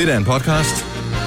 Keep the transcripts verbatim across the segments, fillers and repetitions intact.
Det er en podcast.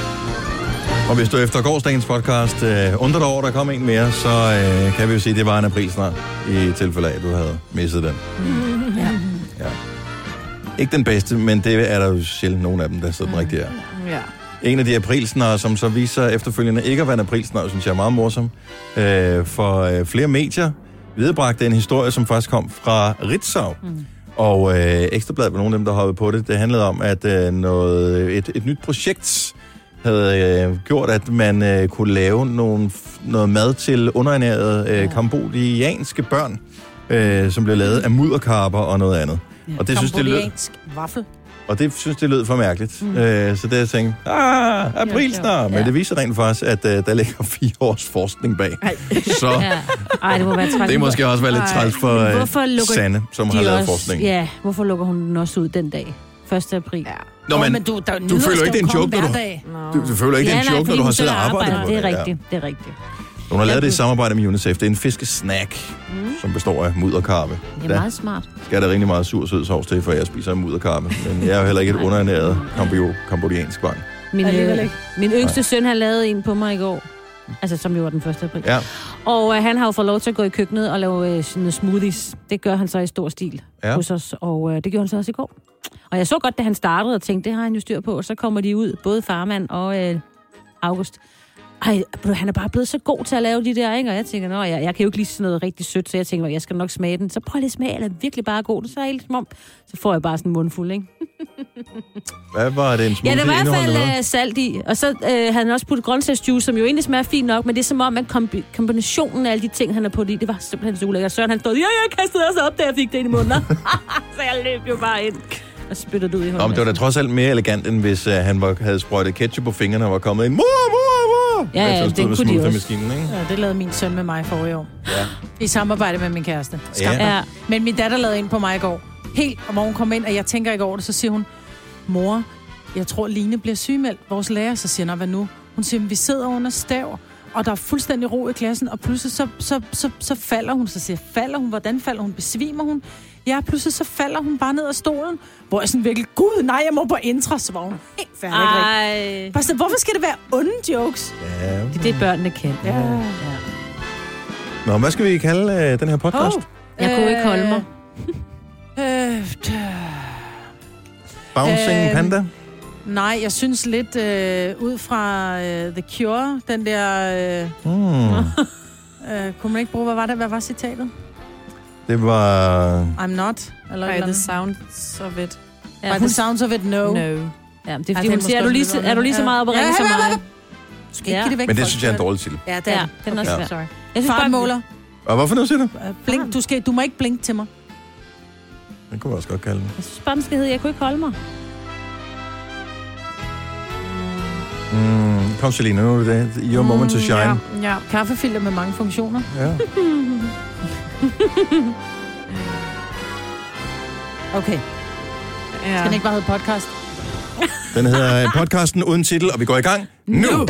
Og hvis du efter gårsdagens podcast øh, undrer dig over, der kom en mere, så øh, kan vi jo sige, at det var en april snart, i tilfælde af, at du havde misset den. Mm. Ja. Ja. Ikke den bedste, men det er der jo sjældent nogen af dem, der sådan mm. rigtig er. Ja. En af de aprilsnare, som så viser efterfølgende ikke at være en aprilsnar, synes jeg er meget morsom. Øh, for øh, flere medier viderebragte en historie, som faktisk kom fra Ritzau. Mm. Og øh, Ekstrabladet var nogle af dem, der hoppede på det. Det handlede om, at øh, noget, et, et nyt projekt havde øh, gjort, at man øh, kunne lave nogle, noget mad til underernærede øh, kambodianske børn, øh, som blev lavet af mudderkarper og noget andet. Ja. Og det synes det lød, vaffel. og det synes det lød for mærkeligt. Mm. Øh, så det jeg tænkte, ah, aprilsnar. Ja, men det viser rent faktisk, at øh, der ligger fire års forskning bag. Ej. Så ja. Ej, det må være træls. Det måske også være lidt træls for øh, Sanne, som har lavet forskning. Ja, hvorfor lukker hun den også ud den dag? første april. Ja. Nå, men, men du, der, du føler ikke, det er en joke, når du, du, du føler ikke, ja, det er en joke, når du har siddet og arbejdet på det. Det er rigtigt, ja. det er rigtigt. Hun har lavet det i samarbejde med UNICEF. Det er en fiskesnack, mm. som består af mudderkarpe. Det er meget smart. Skal der rigtig meget sur sød sovs til, for jeg spiser mudderkarpe. Men jeg er jo heller ikke et underernæret kambodiansk barn. Min, øh, min yngste søn har lavet en på mig i går. Altså, som jo var den første april. Ja. Og øh, han har jo fået lov til at gå i køkkenet og lave øh, sådan smoothies. Det gør han så i stor stil ja. hos os. Og øh, det gjorde han så også i går. Og jeg så godt, da han startede og tænkte, det har han jo styr på. Og så kommer de ud, både farmand og øh, August. Ej, han er bare blevet så god til at lave de der, ikke? Og jeg tænker, nå, jeg, jeg kan jo ikke lide sådan noget rigtig sødt, så jeg tænker, jeg skal nok smage den. Så prøv lige at smage, eller virkelig bare god. Så er helt som om, så får jeg bare sådan en mundfuld, ikke? Hvad var det, en smoothie? Ja, det var i hvert fald uh, salt i. Og så uh, havde han også puttet grøntsagsjuice, som jo egentlig smager fint nok, men det er som om, at kombi- kombinationen af alle de ting, han har puttet i, det var simpelthen så ulækkert. Søren, han stod, ja, jeg kastede også op, da jeg fik det i munden. Så jeg løb jo bare ind og spyttede det ud i hånden. Nå, men det var da trods alt mere elegant, end hvis uh, han var, havde sprøjtet ketchup på fingrene og var kommet ind. Mor, mor, mor! Ja, ja, det kunne de også. Ikke? Ja, det lavede min søn med mig forrige år. Ja. I samarbejde med min kæreste. Ja. Ja. Men min datter lavede en på mig i går. Helt, og hvor hun kom ind, og jeg tænker ikke over det, så siger hun, mor, jeg tror, Line bliver sygemeldt. Vores lærer, så siger hun, hvad nu? Hun siger, vi sidder under stav, og der er fuldstændig ro i klassen, og pludselig så, så, så, så falder hun. Så siger falder hun? Hvordan falder hun? Besvimer hun? Ja, pludselig så falder hun bare ned af stolen, hvor jeg sådan virkelig, gud, nej, jeg må på intra, så var hun helt færdig. Ej. Bare sådan, hvorfor skal det være onde jokes? Ja. Det er det, børnene kan. Ja. ja. Nå, hvad skal vi kalde øh, den her podcast? Oh. Jeg kunne ikke holde mig. Øh, Bouncing øh, Panda? Nej, jeg synes lidt øh, ud fra øh, The Cure, den der... Øh, mm. øh, kunne man ikke bruge, hvad var det? Hvad var citatet? Det var... I'm not. Eller By the sounds of it. Ja, By the sounds of it, no. No. Ja, det er fordi, Ej, hun siger, er du lige, er du lige så meget op at ringe ja, som mig? Du skal ikke ja. det væk. Men det synes jeg er en dårlig titel. Ja, det er ja, den er også okay. Sorry. Jeg synes Fartmåler. Og hvorfor nu siger du? Blink, du, skal, du må ikke blinke til mig. Den kunne jeg også godt kalde den. Jeg synes bare, den skal hedde, jeg kunne ikke holde mig. Mm, kom, Selina, nu er det your mm, moment to shine. Ja, ja. Kaffefilter med mange funktioner. Ja. Okay. Ja. Skal den ikke bare hedde podcast? Den hedder podcasten uden titel, og vi går i gang nu. nu.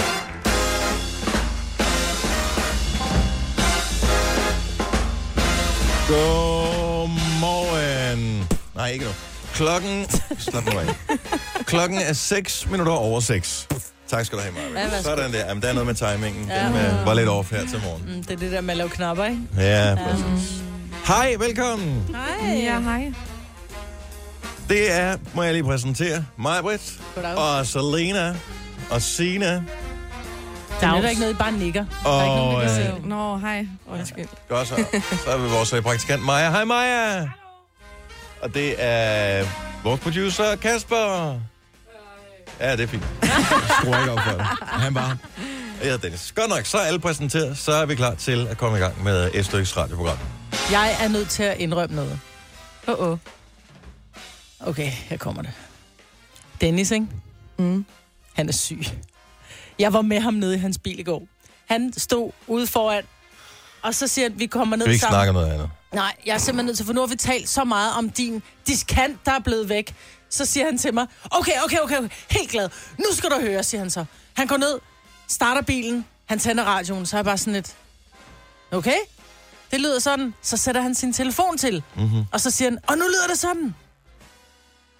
Godmorgen. Nej, ikke nu. Klokken... Slap nu af. Klokken er seks minutter over seks. Tak skal du have, Maja. Sådan der. Jamen, der er noget med timingen. Ja. Den var lidt off her til morgen. Mm, det er det der med at lave knapper, ikke? Ja, præcis. Hej, velkommen. Hej. Ja, hej. Det er, må jeg lige præsentere, Maja-Britt og Selena og Sina. Der er der ikke noget, I bare nikker. Og, der er ikke nogen, der kan se. Nå, hej. Undskyld. Godt så. Så er vi vores praktikant Maja. Hej, Maja. Og det er vores producer, Kasper. Ja, det er fint. Jeg skruer ikke op for det. Han bare. Jeg hedder Dennis. Godt nok, så er alle præsenteret. Så er vi klar til at komme i gang med S D X's radioprogram. Jeg er nødt til at indrømme noget. Åh, oh, oh. Okay, her kommer det. Dennis, ikke? Mm. Han er syg. Jeg var med ham nede i hans bil i går. Han stod ude foran, og så siger han, vi kommer ned sammen. Vi ikke snakke noget andet. Nej, jeg er simpelthen nødt til, for nu har vi talt så meget om din diskant, der er blevet væk. Så siger han til mig, okay, okay, okay, okay, helt glad. Nu skal du høre, siger han så. Han går ned, starter bilen, han tænder radioen, så er jeg bare sådan lidt, okay, det lyder sådan. Så sætter han sin telefon til, mm-hmm. og så siger han, og nu lyder det sådan.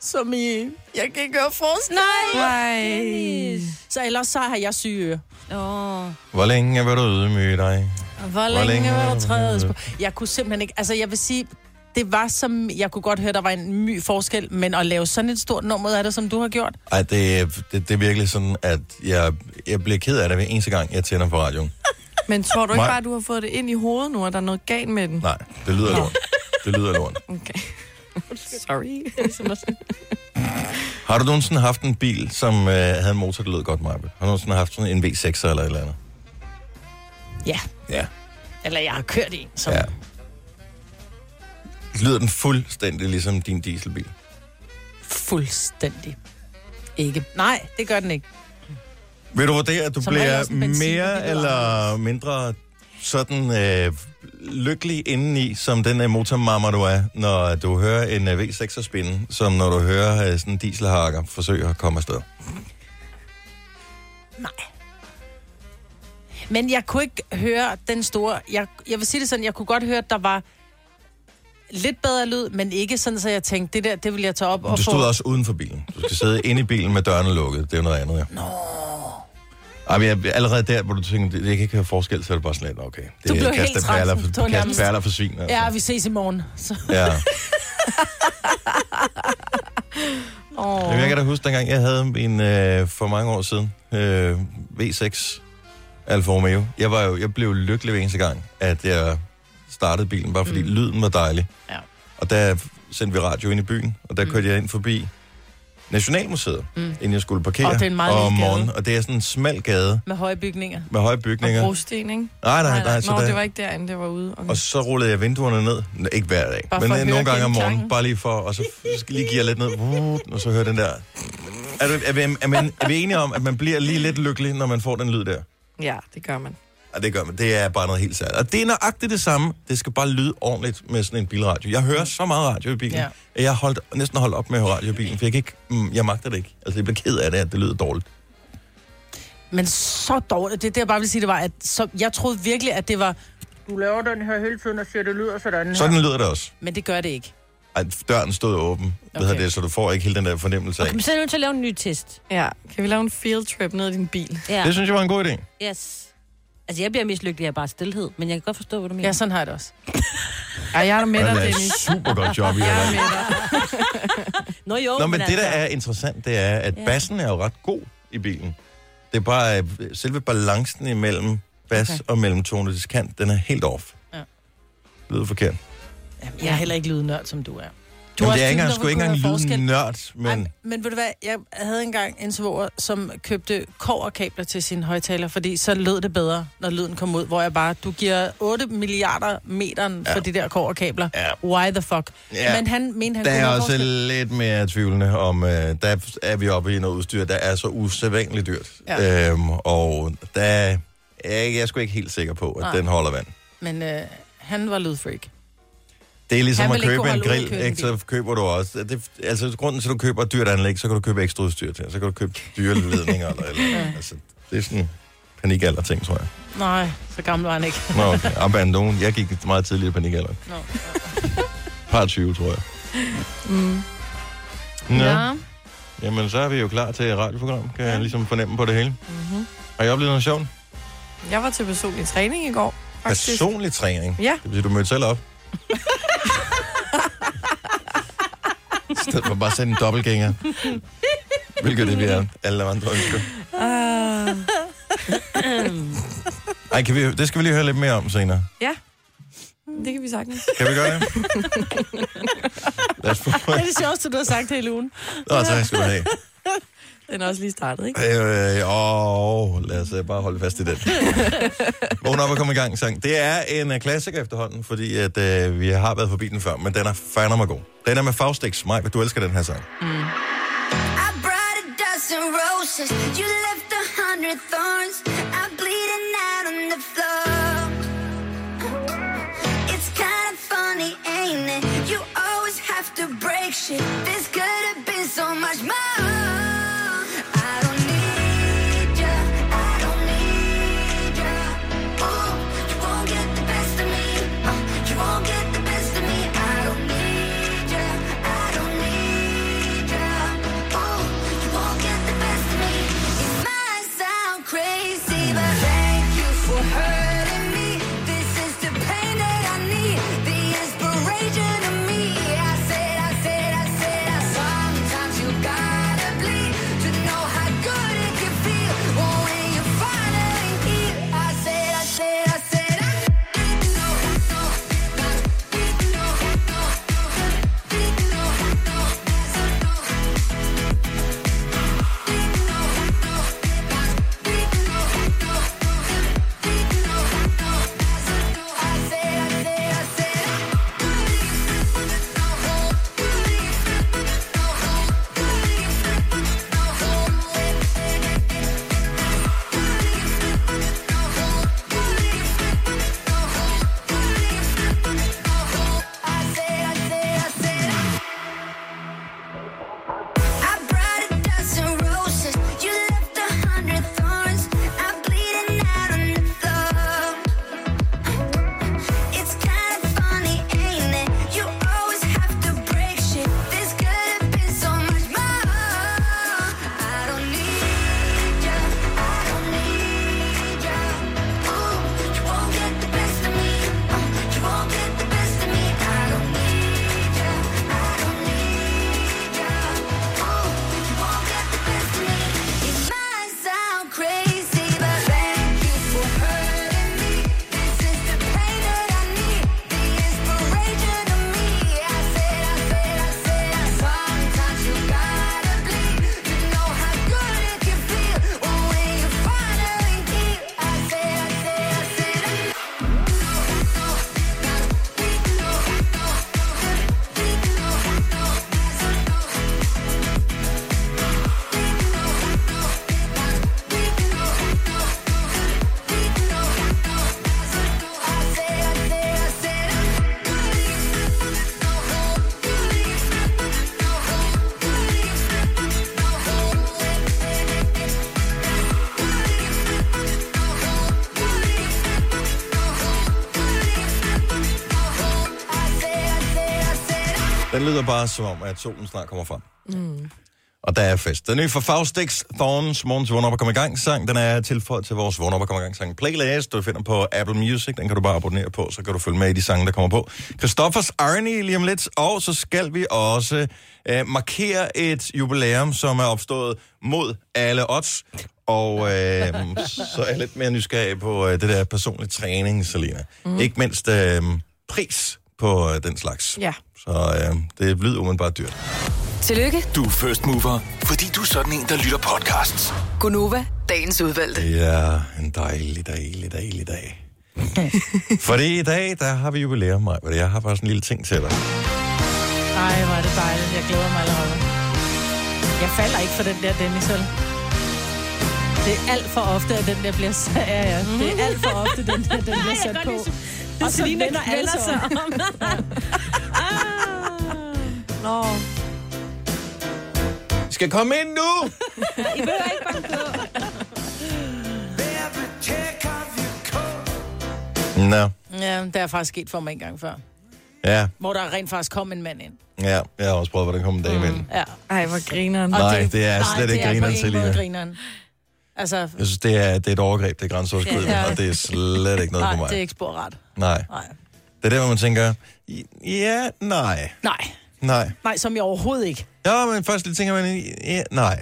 Som i, jeg kan ikke høre forskel. Nej. Så ellers så har jeg syge ører. Åh. Hvor længe vil du ydmyge dig? Hvor længe, længe var der trædes på? Jeg kunne simpelthen ikke... Altså, jeg vil sige, det var som... Jeg kunne godt høre, der var en my forskel, men at lave sådan et stort nummer af det, som du har gjort... Ej, det, det, det er virkelig sådan, at jeg, jeg bliver ked af det hver eneste gang, jeg tænder på radioen. Men tror du ikke bare, at du har fået det ind i hovedet nu, og der er noget galt med den? Nej, det lyder lort. Det lyder lort. Okay. Sorry. Har du nogensinde haft en bil, som øh, havde en motor, der lød godt, Maja? Har du nogensinde haft sådan en V seks eller et eller andet? Ja. Ja. Eller jeg har kørt i en, som... Ja. Lyder den fuldstændig ligesom din dieselbil? Fuldstændig. Ikke. Nej, det gør den ikke. Vil du vurdere, at du Som regel bliver også en benzinbil, mere det lyder eller mindre sådan øh, lykkelig indeni, som den uh, motormammer du er, når du hører en uh, V seks spinde, som når du hører uh, sådan en dieselhakker forsøge at komme afsted? Nej. Men jeg kunne ikke høre den store... Jeg, jeg vil sige det sådan, jeg kunne godt høre, at der var lidt bedre lyd, men ikke sådan, så jeg tænkte, det der, det vil jeg tage op og få... Du stod også uden for bilen. Du skal sidde inde i bilen med dørene lukket. Det er jo noget andet, ja. Nå... Ej, men jeg, allerede der, hvor du tænker, det, det kan ikke høre forskel, så er det bare sådan lidt, okay. Det du blev kaster helt træt. perler for, kaster perler for svin. Altså. Ja, vi ses i morgen. Så. Ja. oh. Jeg kan da huske, dengang jeg havde en øh, for mange år siden, øh, V seks Alfa Romeo. Jeg, var jo, jeg blev lykkelig hver eneste gang, at jeg startede bilen, bare fordi mm. lyden var dejlig. Ja. Og der sendte vi radio ind i byen, og der mm. kørte jeg ind forbi Nationalmuseet, mm. inden jeg skulle parkere. Og det er en meget om lille morgenen, gade. og det er sådan en smal gade. Med høje bygninger. Med høje bygninger. Og brosten, ikke? Nej, nej, nej. Så Nå, der, det var ikke derinde, det var ude. Okay. Og så rullede jeg vinduerne ned. Nå, ikke hver dag, bare men nogle gange om morgenen. klangen. Bare lige for, og så skal lige give jeg lidt ned. Og så hører den der. Er, du, er, vi, er, man, er vi enige om, at man bliver lige lidt lykkelig, når man får den lyd der? Ja, det gør man. Ja, det gør man. Det er bare noget helt særligt. Og det er nøjagtigt det samme. Det skal bare lyde ordentligt med sådan en bilradio. Jeg hører så meget radio i bilen, ja. at jeg har holdt, næsten holdt op med at høre radio i bilen, for jeg, kan ikke, mm, jeg magter det ikke. Altså, jeg bliver ked af det, at det lyder dårligt. Men så dårligt. Det, det jeg bare vil sige, det var, at så, jeg troede virkelig, at det var... Du laver den her hele tiden og siger, det lyder sådan her. Sådan lyder det også. Men det gør det ikke. Ej, døren stod åben, okay. Ved det, så du får ikke hele den der fornemmelse af. Okay, så er du nødt til at lave en ny test. Ja, kan vi lave en field trip ned i din bil? Ja. Det synes jeg var en god idé. Yes. Altså, jeg bliver mislykkelig af bare stillhed, men jeg kan godt forstå, hvad du mener. Ja, sådan har jeg det også. Ja, jeg er der med dig, Det er Dennis. super godt job, I Jeg har er lavet. med dig. Nå jo, Nå, men det, der altså... er interessant, det er, at Ja. bassen er jo ret god i bilen. Det er bare øh, selve balancen imellem bas okay. og mellem tonets kant, den er helt off. Ja. Lyder forkert. Jamen, jeg er heller ikke lydnørd, som du er. Du Jamen, har det er også ikke engang, fint, sgu ikke hvor engang kunne høre forskel. lyden nørd, men... Ej, men ved du hvad, jeg havde engang en svoger, som købte kobberkabler til sine højtaler, fordi så lød det bedre, når lyden kom ud, hvor jeg bare, du giver otte milliarder meteren ja. for de der kobberkabler. Ja. Why the fuck? Ja. Men han mente, han Der kunne er høre også forskel. lidt mere tvivlende om, øh, der er vi oppe i noget udstyr, der er så usædvanligt dyrt. Ja. Øhm, og der er jeg, jeg er sgu ikke helt sikker på, at Nej. den holder vand. Men øh, han var lydfreak. Det er ligesom Han at vil ikke købe kunne en holde ud at grill, køre en ikke? Så køber du også... Det, altså, grunden til, at du køber et dyrt anlæg, så kan du købe ekstra udstyr til. Så kan du købe dyre ledninger eller eller. Ja. Altså, det er sådan panikalder ting, tror jeg. Nej, så gammel var han ikke. Nå, okay. Abandon. Jeg gik meget tidligere panikalder. Nå. Par tyve, tror jeg. Mm. Nå. Ja. Jamen, så er vi jo klar til et radioprogram. Kan jeg ligesom fornemme på det hele. Mm-hmm. Har I oplevet noget sjovt? Jeg var til personlig træning i går, faktisk. Personlig træning? Ja. Det betyder, du mødte selv op? I stedet for bare at sende en dobbeltgænger. Hvilket det vi er. Alle andre ønsker. Uh... Ej, kan vi, det skal vi lige høre lidt mere om senere. Ja, det kan vi sagtens. Kan vi gøre det? Lad os få... Det er det sjoveste, du har sagt hele ugen. Nå, tak skal du have. Den er også lige startet, ikke? Øh, åh, lad os uh, bare holde fast i den. Vågn op og kom i gang, sang. Det er en uh, klassiker efterhånden, fordi at, uh, vi har været forbi den før, men den er fandme god. Den er med Faustix. Maj, du elsker den her sang. I brought a dozen roses. You left a hundred thorns. I'm bleeding out on the floor. It's kind of funny, ain't it? You always have to break shit. This could have been so much more. I don't need ya. I don't need ya. Oh, you won't get the best of me. Oh, you won't get the best of me. I don't need ya. I don't need ya. Den lyder bare som om, at solen snart kommer frem. Mm. Og der er fest. Den nye fra Faustix, Thorns, morgens vågn op og komme i gang sang. Den er tilføjet til vores vågn op og komme i gang sang playlist. Du finder på Apple Music. Den kan du bare abonnere på, så kan du følge med i de sange, der kommer på. Christoffers Arnie lige om lidt. Og så skal vi også øh, markere et jubilæum, som er opstået mod alle odds. Og øh, så er jeg lidt mere nysgerrig på øh, det der personlige træning, Selina. Mm. Ikke mindst øh, pris på øh, den slags. Ja. Så øh, det lyder umiddelbart dyrt. Tillykke. Du er first mover, fordi du er sådan en, der lytter podcasts. Gunova, dagens udvalgte. Det er en dejlig, dejlig, dejlig dag. Fordi i dag, der har vi jubilæum, Maja. Jeg har bare sådan en lille ting til dig. Ej, hvor er det dejligt. Jeg glæder mig allerede. Jeg falder ikke for den der Dennis, vel? Det er alt for ofte, at den der bliver sat. Ja, ja. Det er alt for ofte, den der den bliver sat på. Og så vender alle sig om. Nå. I skal komme ind nu! I behøver ikke banke på. Nå. Ja, det er faktisk sket for mig en gang før. Ja, Hvor der rent faktisk kom en mand ind. ja. Jeg har også prøvet, hvordan kommer en dame ind. Ja. Ej, hvor grineren. Og Nej, det er slet ikke grineren, til Selina. grineren. Altså, Jeg synes, det er, det er et overgreb, det er grænseoverskridende, Ja. og det er slet ikke noget nej, for mig. det er ikke spor ret. Nej. Nej. Det er der, hvor man tænker, ja, nej, Nej. nej. Nej, som jeg overhovedet ikke. Ja, men først lige tænker man, ja, nej.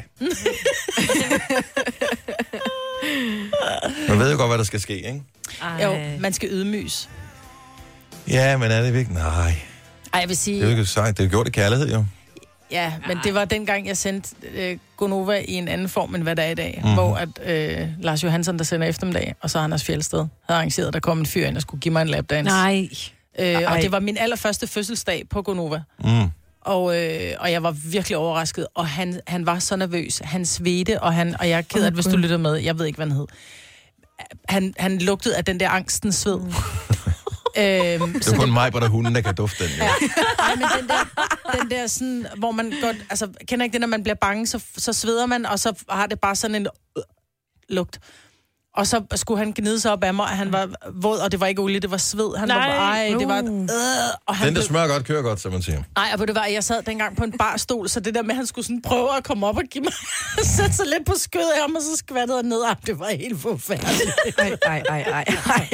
Man ved jo godt, hvad der skal ske, ikke? Ej. Jo, man skal ydmyges. Ja, men er det virkelig? Nej. Ej, jeg vil sige... Det er jo ikke sagt. Det er jo gjort i kærlighed, jo. Ja, men det var dengang, jeg sendte øh, Gonova i en anden form, end hvad der er i dag. Mm-hmm. Hvor at øh, Lars Johansson, der sender eftermiddag, og så Anders Fjeldsted, havde arrangeret, der kom en fyr ind og skulle give mig en lapdance. Nej. Øh, og det var min allerførste fødselsdag på Gonova. Mm. Og, øh, og jeg var virkelig overrasket, og han, han var så nervøs. Han svedte, og, han, og jeg er ked af, oh, hvis du lytter med, jeg ved ikke, hvad han hed. Han, han lugtede af den der angstens sved. Mm. øhm, Det er kun mig, hvor der er hunden, der kan dufte den. Ja. Ja. Ej, men den der, den der sådan, hvor man godt, altså, kender ikke det, når man bliver bange, så, så sveder man, og så har det bare sådan en øh, lugt. Og så skulle han gnide sig op af mig, og han var våd, og det var ikke olie, det var sved. Han Nej. var ej, det var... Øh, og han Den, der blev, smører godt, kører godt, som man siger. nej, og det var, jeg sad dengang på en barstol, så det der med, at han skulle sådan prøve at komme op og give mig, sætte sig lidt på skødet af ham, og så skvattede han ned. Ej, det var helt forfærdeligt. Ej, ej, ej, ej, ej.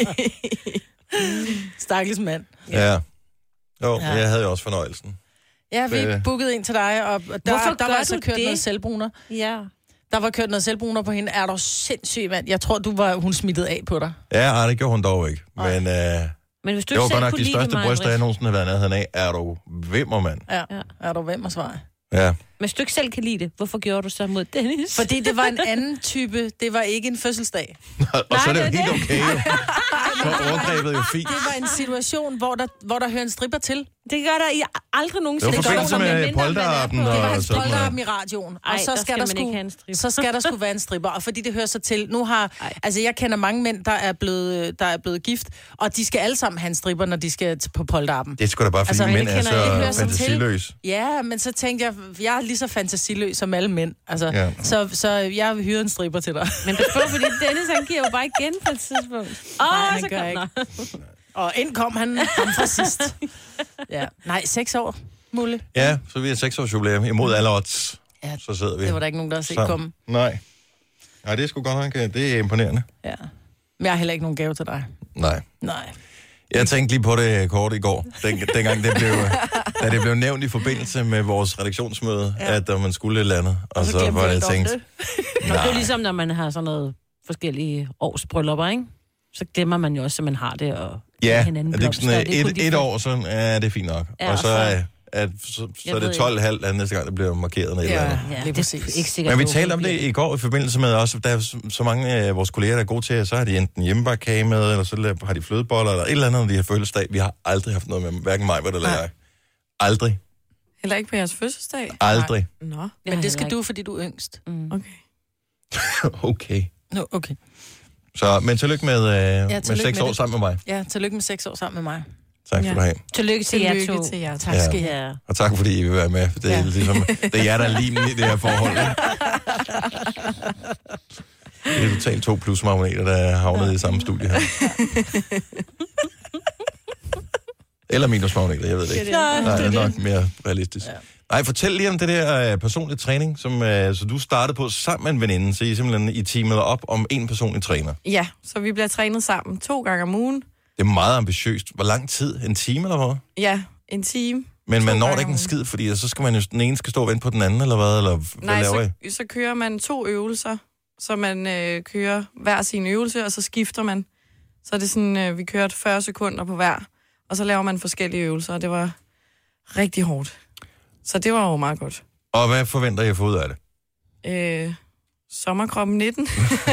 Stakkels mand. Ja. Jo, Ja. jeg havde jo også fornøjelsen. Ja, vi Det- bookede en til dig, og der, Hvorfor der gør var altså du kørt det? noget selvbruner. Ja. Der var kørt noget selvbruner på hende. Er du sindssyg, mand? Jeg tror, du var, hun smittede af på dig. Ja, ej, det gjorde hun dog ikke. Men øh, Men hvis du det ikke var selv godt nok kunne de lide største det, Maja bryster, jeg Britt. nogensinde har været nærheden af. Er du vimmer, mand? Ja. Ja. ja. Er du hvem og svar? Ja. Hvis du ikke selv kan lide det, hvorfor gjorde du så mod Dennis? Fordi det var en anden type. Det var ikke en fødselsdag. Og så er det jo det er helt okay, jo. Så overgrebet jo fint. Det var en situation, hvor der, hvor der hører en stripper til. Det gør der I aldrig nogensinde. Det var gør forbindelse der, med medmindre man er polterappen på- og- Det var hans sådan noget. polterappen i radioen. Ej, og så der skal, skal der man ikke have en skulle, stripper. så skal der skulle være en stripper. Og fordi det hører sig til. Nu har... Ej. Altså, jeg kender mange mænd, der er blevet, der er blevet gift. Og de skal alle sammen have en stripper, når de skal til- på polterappen. Det er sgu da bare, fordi Altså, altså, mænd det er kender jeg, det hører så sig til. fantasiløse. Ja, men så tænkte jeg, jeg er lige så fantasiløs som alle mænd. Altså, Ja. så, så jeg vil hyre en stripper til dig. Men pas på, fordi Dennis, han giver jo bare igen på et tidspunkt. Åh, Nej, han så gør kom- ikke. Nå. Og ind kom han, ham fra sidst. Ja. Nej, seks år, Mulle. Ja, så vi er seks års jubilæum imod alle odds. Ja, Så sidder vi det var der ikke nogen, der har set sammen. komme. Nej. Nej, det er sgu godt nok. Det er imponerende. Ja. Men jeg har heller ikke nogen gave til dig. Nej. Nej. Jeg tænkte lige på det kort i går, den, dengang det blev, da det blev nævnt i forbindelse med vores redaktionsmøde, ja. at uh, man skulle et eller andet. Og, Og så så, glemte var vi jeg alt om tænkt, det. Og det er jo ligesom, når man har sådan noget forskellige års bryllupper, ikke? Så glemmer man jo også, at man har det, og ja, hinanden er det ikke blomster, sådan og det er kun et, de et få- år, så er det fint nok. Ja, og så, og så- er, at, så, så Jeg er det ved tolv komma fem næste gang, det bliver markeret med et eller andet. Ja, Ja, lige det er præcis. ikke sikkert. Men vi det talte om det overhovedet i går i forbindelse med også, der er så- så mange af vores kolleger, der er gode til, at så har de enten hjemmebagt kage med, eller så har de flødeboller, eller et eller andet, når de har fødselsdag. Vi har aldrig haft noget med, hverken mig eller jeg. Aldrig. Heller ikke på jeres fødselsdag? Aldrig. Nå, bliver. Men det skal Jeg har du, fordi du er yngst. Mm. okay. Okay. Nå, okay. Så, men tillykke med, øh, ja, med tillykke seks med år det. sammen med mig. Ja, tillykke med seks år sammen med mig. Tak skal Ja. du have. Tillykke til jer Tillykke to. til jer. Tak Ja. skal I have. Ja. Og tak fordi I vil være med. Det er, Ja. ja. ligesom, det er jer, der er limen i det her forhold. Ikke? Det er totalt to plusmagneter, der er havnet ja. i samme studie her. Eller minusmagneter, jeg ved det ikke. Nej, Nej, det er det er nok mere realistisk. Ja. Nej, fortæl lige om det der uh, personlige træning, som uh, så du startede på sammen med en veninde, så I simpelthen I teamede op om en personlig træner. Ja, så vi bliver trænet sammen to gange om ugen. Det er meget ambitiøst. Hvor lang tid? En time eller hvad? Ja, en time. Men man To når gange det ikke om en skid, fordi så skal man jo, den ene skal stå og vente på den anden, eller hvad? Eller hvad Nej, laver så, I? så kører man to øvelser, så man øh, kører hver sin øvelse, og så skifter man. Så er det sådan, øh, vi kørte fyrre sekunder på hver, og så laver man forskellige øvelser, og det var rigtig hårdt. Så det var jo meget godt. Og hvad forventer I at få ud af det? Øh, sommerkroppen nitten.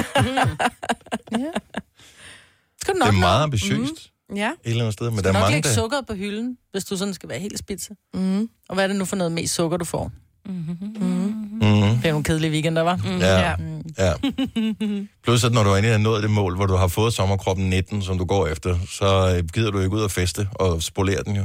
Ja. Skal du Det nok er meget nå. ambitiøst Ja. et eller andet sted, men Du der er nok mange, lægge der... sukkeret på hylden, hvis du sådan skal være helt spidse. Mm. Og hvad er det nu for noget mest sukker, du får? Mm. Mm-hmm. Det er nogle kedelige weekender, var. Mm. Ja, Ja. ja. Plus at når du endelig har nået det mål, hvor du har fået sommerkroppen nitten, som du går efter, så øh, gider du ikke ud og feste og spolere den jo.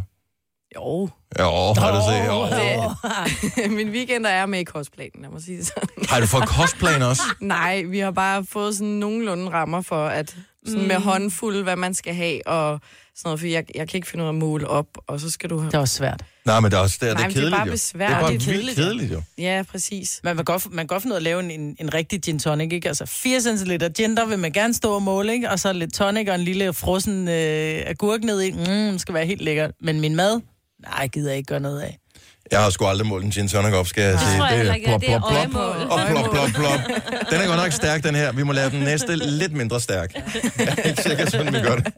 Jo. Jo, har du set? Jo. Det, min weekender er med i kostplanen, lad mig sige det sådan. Har du fået kostplan også? Nej, vi har bare fået sådan nogenlunde rammer for, at sådan mm. med håndfuld, hvad man skal have, og sådan noget, for jeg, jeg kan ikke finde ud af at måle op, og så skal du have... Det er også svært. Nej, men det er også det, er, Nej, det er men det er kedeligt bare jo. besværligt. Det er bare Det er vildt kedeligt, kedeligt jo. Ja, præcis. Man kan godt, man kan godt finde ud af at lave en, en, en rigtig gin tonic, ikke? Altså fire centiliter gin, der vil man gerne stå og måle, ikke? Og så lidt tonic og en lille frossen øh, agurk ned i. Mm, skal være helt lækkert. Men min mad, nej, gider jeg ikke gøre noget af. Jeg har sgu aldrig målt en gin tonic op, skal jeg sige. tror jeg heller ikke, plop, det er plop, plop, øjemål. og plop, plop, plop. Den er godt nok stærk, den her. Vi må lave den næste lidt mindre stærk. Jeg er ikke sikker, sådan vi gør det.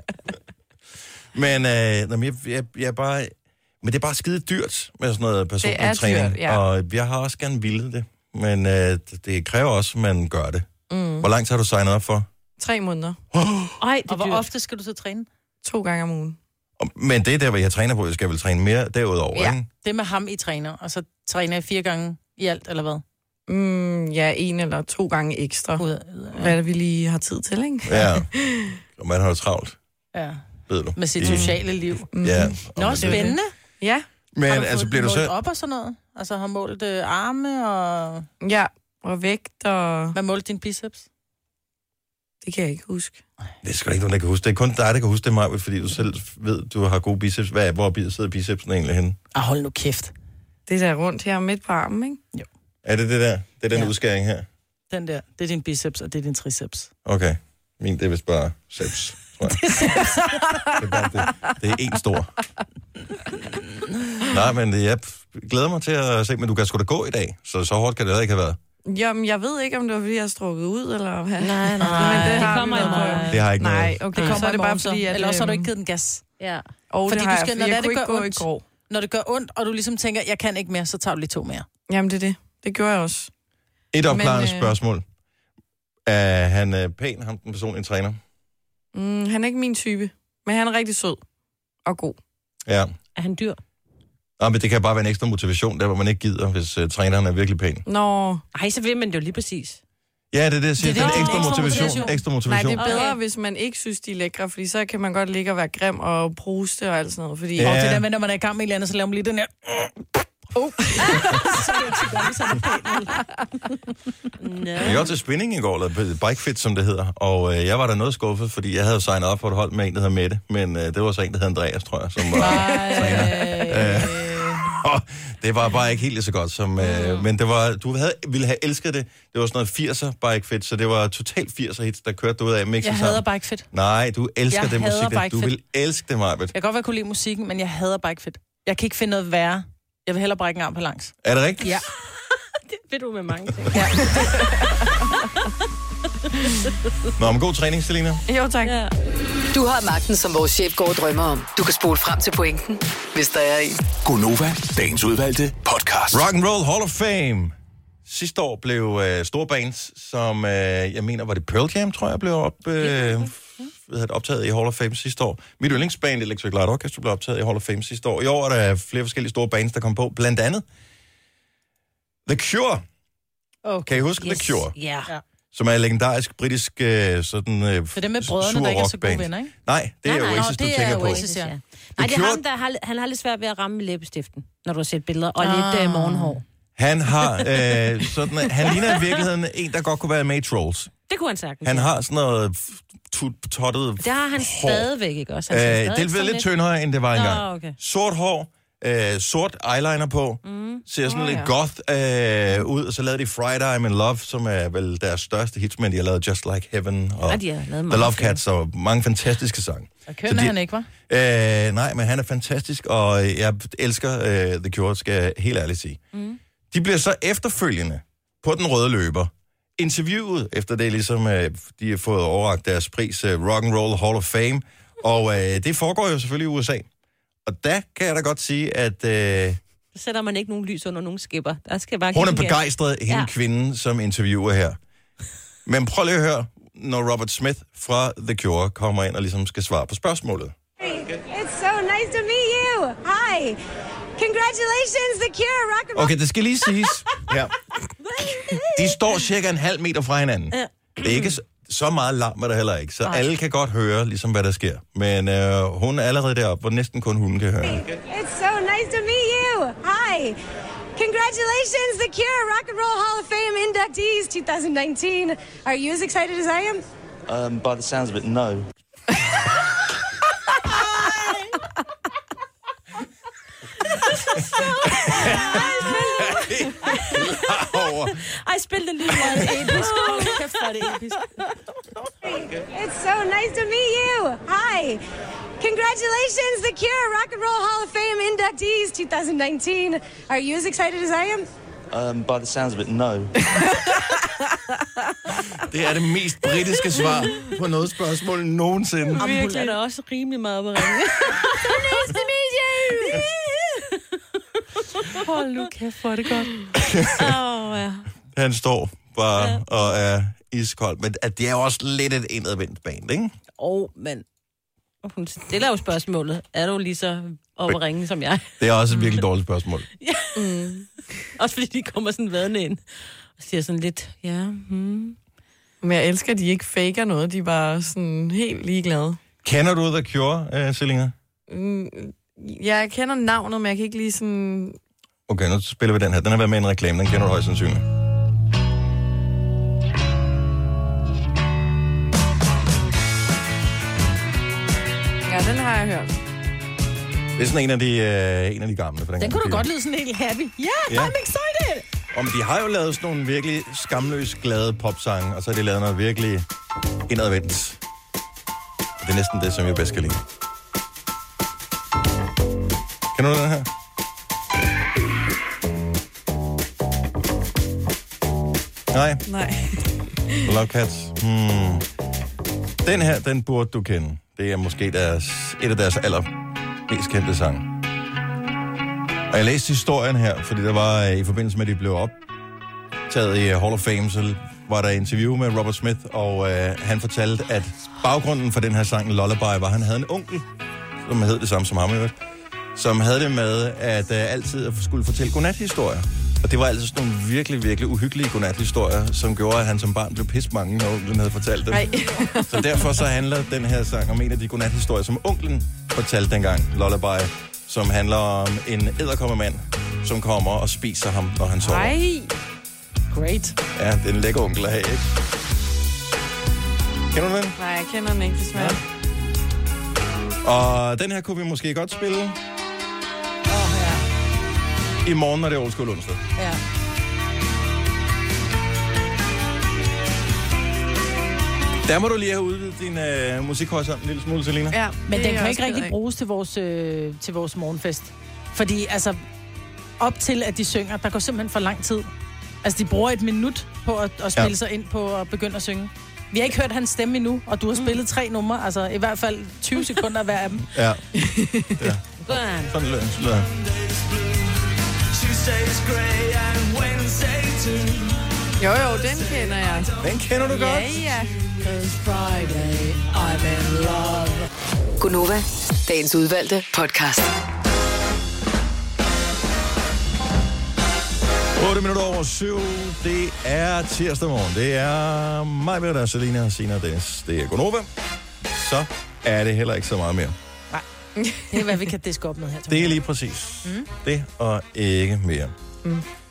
Men, øh, jeg, jeg, jeg er bare... Men det er bare skide dyrt med sådan noget personlig Det er træning. dyrt, ja. Og jeg har også gerne ville det. Men øh, det kræver også, at man gør det. Mm. Hvor lang tid har du signet op for? Tre måneder. Ej, det Og hvor dyrt. ofte skal du så træne? To gange om ugen. Men det er der, hvor jeg træner på. Jeg skal vel træne mere derudover, Ja. ikke? Det med ham, I træner, og så træner jeg fire gange i alt, eller hvad? Mm, ja, en eller to gange ekstra. Ud af, Hvad er det, vi lige har tid til, ikke? Ja. Og man har det travlt, ja. ved du. Med sit I- sociale liv. Mm. Ja. Nå, Og- spændende. Ja, Men Har du altså, fået bliver du målt så... op og sådan noget? Altså har målt øh, arme og... ja. Og vægt, og Hvad målte din biceps? det kan jeg ikke huske. Det er sgu da ikke nogen, der kan huske. Det er kun dig, der kan huske det, Maja, fordi du selv ved, du har gode biceps. Hvad, hvor sidder bicepsen egentlig henne? Ah, hold nu kæft. Det der rundt her midt på armen, ikke? Er det det der? Det er den Ja. udskæring her? Den der, det er din biceps, og det er din triceps. Okay. Min, det er vist bare seps, tror jeg. det, er bare, det, det er en stor. Nej, men det, jeg glæder mig til at se, men du kan sgu da gå i dag, så så hårdt kan det heller ikke have været. Jamen, jeg ved ikke, om det var, fordi jeg har strukket ud, eller hvad. Nej, nej, Nej, det, det har kommer vi i været morgen. Det har ikke Nej, noget. okay, Det kommer så er det bare så. fordi, at... Eller også har du øhm, ikke givet den gas. Ja. Og Fordi det du har skal- jeg, når fordi det er, jeg det kunne ikke gør gå i ondt. går. Når det gør ondt, og du ligesom tænker, jeg kan ikke mere, så tager du lige to mere. Jamen, det er det. Det gjorde jeg også. Et opklarende Men, øh, spørgsmål. Er han øh, pæn, ham den personlige træner? Mm, han er ikke min type, men han er rigtig sød og god. Ja. Er han dyr? Nå, men det kan bare være en ekstra motivation, der hvor man ikke gider, hvis uh, træneren er virkelig pæn. Nå, Ej, så vil man det jo lige præcis. Ja, det er det, jeg siger. Det er Det er en det, ekstra ekstra motivation. motivation. Ekstra nej, motivation. det er bedre, Okay. hvis man ikke synes, de er lækre, fordi så kan man godt ligge og være grim og bruste og alt sådan noget. Fordi Ja. Ja. Og det der med, når man er i gang med et eller andet, så laver man lige den her... Oh. så er det ikke så godt, så er det pænt. Nå. Jeg var til spinning i går, eller Bike Fit, som det hedder, og øh, jeg var der noget skuffet, fordi jeg havde signet op for et hold med en, der hedder Mette, men øh, det var så en, der hedder Andreas, tror jeg, som var træner. Øh, Og det var bare ikke helt lige så godt, som, øh, men det var, du havde, ville have elsket det. Det var sådan noget firser Bike Fit, så det var totalt firser hits, der kørte ud af mixet jeg sammen. hader bike fit. Nej, du elsker Jeg det hader musik, der. Bike Du Fit. vil elske det, Marbet. Jeg kan godt være kunne lide musikken, men jeg hader bike fit. Jeg kan ikke finde noget værre. Jeg vil hellere brække en arm på langs. Er det rigtigt? Ja. Det ved du med mange ting. Ja. Nå, men god træning, Selina. Jo, tak. Ja. Du har magten, som vores chef går og drømmer om. Du kan spole frem til pointen, hvis der er en. Gonova, dagens udvalgte podcast. Rock and Roll Hall of Fame. Sidste år blev øh, store bands, som øh, jeg mener, var det Pearl Jam, tror jeg, blev op, øh, hvad hedder det, optaget i Hall of Fame sidste år. Mit yndlingsband, Electric Light Orchestra, blev optaget i Hall of Fame sidste år. I år er der flere forskellige store bands, der kom på. Blandt andet The Cure. Okay. Kan I huske yes. The Cure? Ja. Ja. Som er en legendarisk britisk øh, sådan øh, For dem med brødrene, der ikke er så gode venner, ikke? Nej, det er Nej, nej, Oasis, nå, du det tænker er på. Oasis, ja. Nej, det er Cure- ham, der har, han har lidt svært ved at ramme med læbestiften, når du har set billeder, og Ah. lidt uh, morgenhår. Han har øh, sådan, han ligner i virkeligheden en, der godt kunne være med i Trolls. Det kunne han sagtens. Han har sådan noget tottet Det har han hår. stadigvæk, ikke også? Øh, Han det er lidt, lidt tyndere, end det var engang. Nå, okay. Sort hår, øh, sort eyeliner på, mm. ser sådan oh, lidt ja. goth øh, ud, og så lavede de Friday I'm in Love, som er vel deres største hits, men de har lavet Just Like Heaven, og ja, de har lavet The Love Cats, og mange fantastiske sange. Og køn er han ikke, hva'? Øh, nej, men han er fantastisk, og jeg elsker øh, The Cure, skal jeg helt ærligt sige. Mm. De bliver så efterfølgende på den røde løber interviewet, efter det ligesom, øh, de har fået overrakt deres pris, øh, Rock and Roll Hall of Fame, og øh, det foregår jo selvfølgelig i U S A. Og der kan jeg da godt sige, at... Øh, så sætter man ikke nogen lys under nogen skipper. Der skal bare hun er begejstret, hende ja. kvinden, som interviewer her. Men prøv lige at høre, når Robert Smith fra The Cure kommer ind og ligesom skal svare på spørgsmålet. Hey, it's so nice to meet you. Hi. Congratulations, The Cure, rock and roll. Okay, det skal lige siges. Ja. De står cirka en halv meter fra hinanden. Det er ikke så, så meget larm er der heller ikke, så alle kan godt høre, ligesom hvad der sker. Men øh, hun er allerede deroppe, hvor næsten kun hunden kan høre. Hey, it's so nice to meet you. Hi. Congratulations, The Cure, Rock and Roll Hall of Fame inductees twenty nineteen. Are you as excited as I am? Um, by the sounds of it, no. Ej, spil den lige meget episk. Hold kæft, hvor er det episk. It's so nice to meet you. Hi. Congratulations, The Cure, Rock and Roll Hall of Fame inductees twenty nineteen. Are you as excited as I am? Um, by the sounds of it, no. Det er det mest britiske svar på noget spørgsmål nogensinde. Jamen, hun er da også rimelig meget på ringen. So nice to meet you. Hold nu kæft, hvor er det godt. Oh, ja. Han står bare ja. og er iskold. Men at det er jo også lidt et indadvendt band, ikke? Åh, oh, men hun stiller jo spørgsmålet. Er du lige så oppe at ringe som jeg? Det er også et virkelig dårligt spørgsmål. Ja. Mm. Også fordi de kommer sådan vadende ind og siger sådan lidt, ja, hmm. Men jeg elsker, at de ikke faker noget. De er bare sådan helt ligeglade. Kender du The Cure, uh, Selina? Mm, jeg kender navnet, men jeg kan ikke lige sådan... Okay, nu spiller vi den her. Den har været med i en reklame. Den kender du højst sandsynligt. Ja, den har jeg hørt. Det er sådan en af de, øh, en af de gamle. For den den kunne du godt lyde sådan helt happy. Yeah, yeah, I'm excited! Om de har jo lavet sådan nogle virkelig skamløs glade popsange, og så har de lavet noget virkelig indadvendt. Det er næsten det, som jeg bedst kan lide. Kender du den her? Nej? Nej. Love Cats. Hmm. Den her, den burde du kende. Det er måske deres, et af deres aller mest kendte sange. Og jeg læste historien her, fordi der var i forbindelse med, at de blev optaget i Hall of Fame, så var der interview med Robert Smith, og øh, han fortalte, at baggrunden for den her sang, Lullaby, var, at han havde en onkel, som hed det samme som ham i øvrigt, som havde det med, at øh, altid skulle fortælle godnathistorier. Og det var altså sådan nogle virkelig, virkelig uhyggelige godnathistorier, som gjorde, at han som barn blev pissebange, når onklen havde fortalt dem. Så derfor så handler den her sang om en af de godnathistorier, som onklen fortalte dengang, Lullaby, som handler om en edderkoppemand, som kommer og spiser ham, når han sover. Nej. Great. Ja, det er en lækker onkel at have, ikke? Kender du den? Nej, jeg kender den ikke, desværre. Ja. Og den her kunne vi måske godt spille. Åh, oh, ja. I morgen, når det er Old School onsdag. Ja. Der må du lige have udvidet din øh, musikhorisont en lille smule, Selina. Ja, men den kan ikke rigtig bruges til vores, øh, til vores morgenfest. Fordi altså, op til at de synger, der går simpelthen for lang tid. Altså, de bruger et minut på at, at spille ja. sig ind på at begynde at synge. Vi har ikke hørt hans stemme endnu, og du har spillet mm. tre numre, altså i hvert fald tyve sekunder hver af dem. Ja. Ja. Sådan løn, løn. Jo, jo, den kender jeg. Den kender du godt? Ja, ja. Friday, I'm in love. Gunova, dagens udvalgte podcast. otte minutter over syv. Det er tirsdag morgen. Det er mig, der er Selina, Sina og Dennis. Det er Gunova. Så er det heller ikke så meget mere. Nej, det er, hvad vi kan diske op med her. Det er lige præcis. Mm. Det og ikke mere. Mm.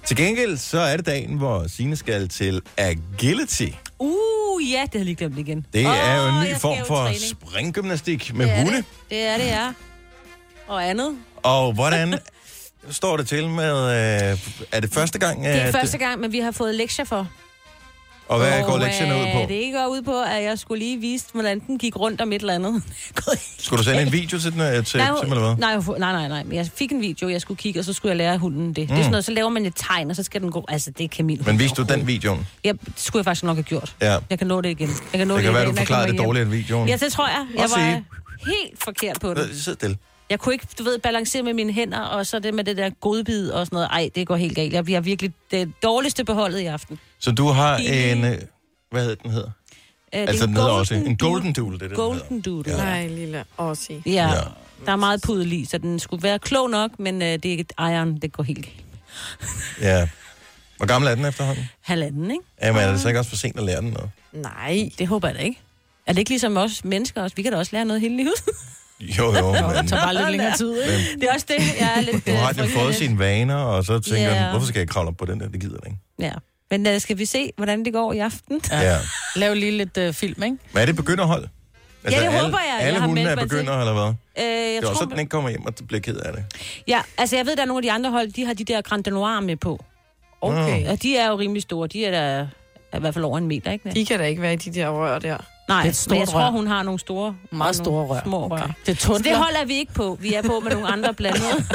Til gengæld, så er det dagen, hvor Signe skal til agility. Uh, ja, det havde jeg lige glemt igen. Det oh, er jo en ny form for springgymnastik med det hunde. Det. det er det, ja. Og andet. Og hvordan står det til med... Øh, er det første gang? Det er første gang, men vi har fået lektier for. Og hvad og, går lektierne ud på? Det går ud på, at jeg skulle lige vise, hvordan den gik rundt om et eller andet. Skulle du sende en video til den til, til, nej, til eller hvad? Nej, nej, nej, nej. Jeg fik en video, jeg skulle kigge, og så skulle jeg lære hunden det. Mm. Det er sådan noget, så laver man et tegn, og så skal den gå... Altså, det kan min hund. Men viste du den videoen? Ja, det skulle jeg faktisk nok have gjort. Ja. Jeg kan nå det igen. Jeg kan nå det, det kan igen, være, du forklarede det dårligt i videoen. Ja, det tror jeg. Jeg var helt forkert på det. Sid stille. Jeg kunne ikke, du ved, balancere med mine hænder, og så det med det der godbid og sådan noget. Ej, det går helt galt. Jeg bliver virkelig det dårligste beholdet i aften. Så du har I... en... Hvad hedder den hedder? Øh, altså den hedder også en golden doodle, det er det, golden doodle. Ja. Nej, lille Aussie. Ja, ja, der er meget pudel i, så den skulle være klog nok, men øh, det er et iron, det går helt galt. Ja. Hvor gammel er den efterhånden? Halvanden, ikke? Jamen, er det så ikke også for sent at lære den noget? Nej, det håber jeg da ikke. Er det ikke ligesom os mennesker også? Vi kan da også lære noget hele livet. Jo, jo, men... Det tager bare lidt længere tid, ikke? Men... Det er også det, jeg er lidt... Du har jo fået sine vaner, og så tænker yeah. jeg, hvorfor skal jeg kravle op på den der? Det gider jeg ikke. Ja. Men uh, skal vi se, hvordan det går i aften? Ja. Lav lige lidt uh, film, ikke? Men er det begynderhold? Altså, ja, det alle, håber jeg. Alle jeg hunde er begynder, eller hvad? Øh, jeg det er tror, også sådan, den ikke kommer hjem og bliver ked af det. Ja, altså jeg ved, der er nogle af de andre hold, de har de der Grand Danois med på. Okay. Og de er jo rimelig store. De er der er i hvert fald over en meter, ikke? De kan da ikke være i de der rør der. Nej, men jeg tror, hun har nogle store... Meget store rør. Små rør. Okay. Det, så det holder vi ikke på. Vi er på med nogle andre blandede.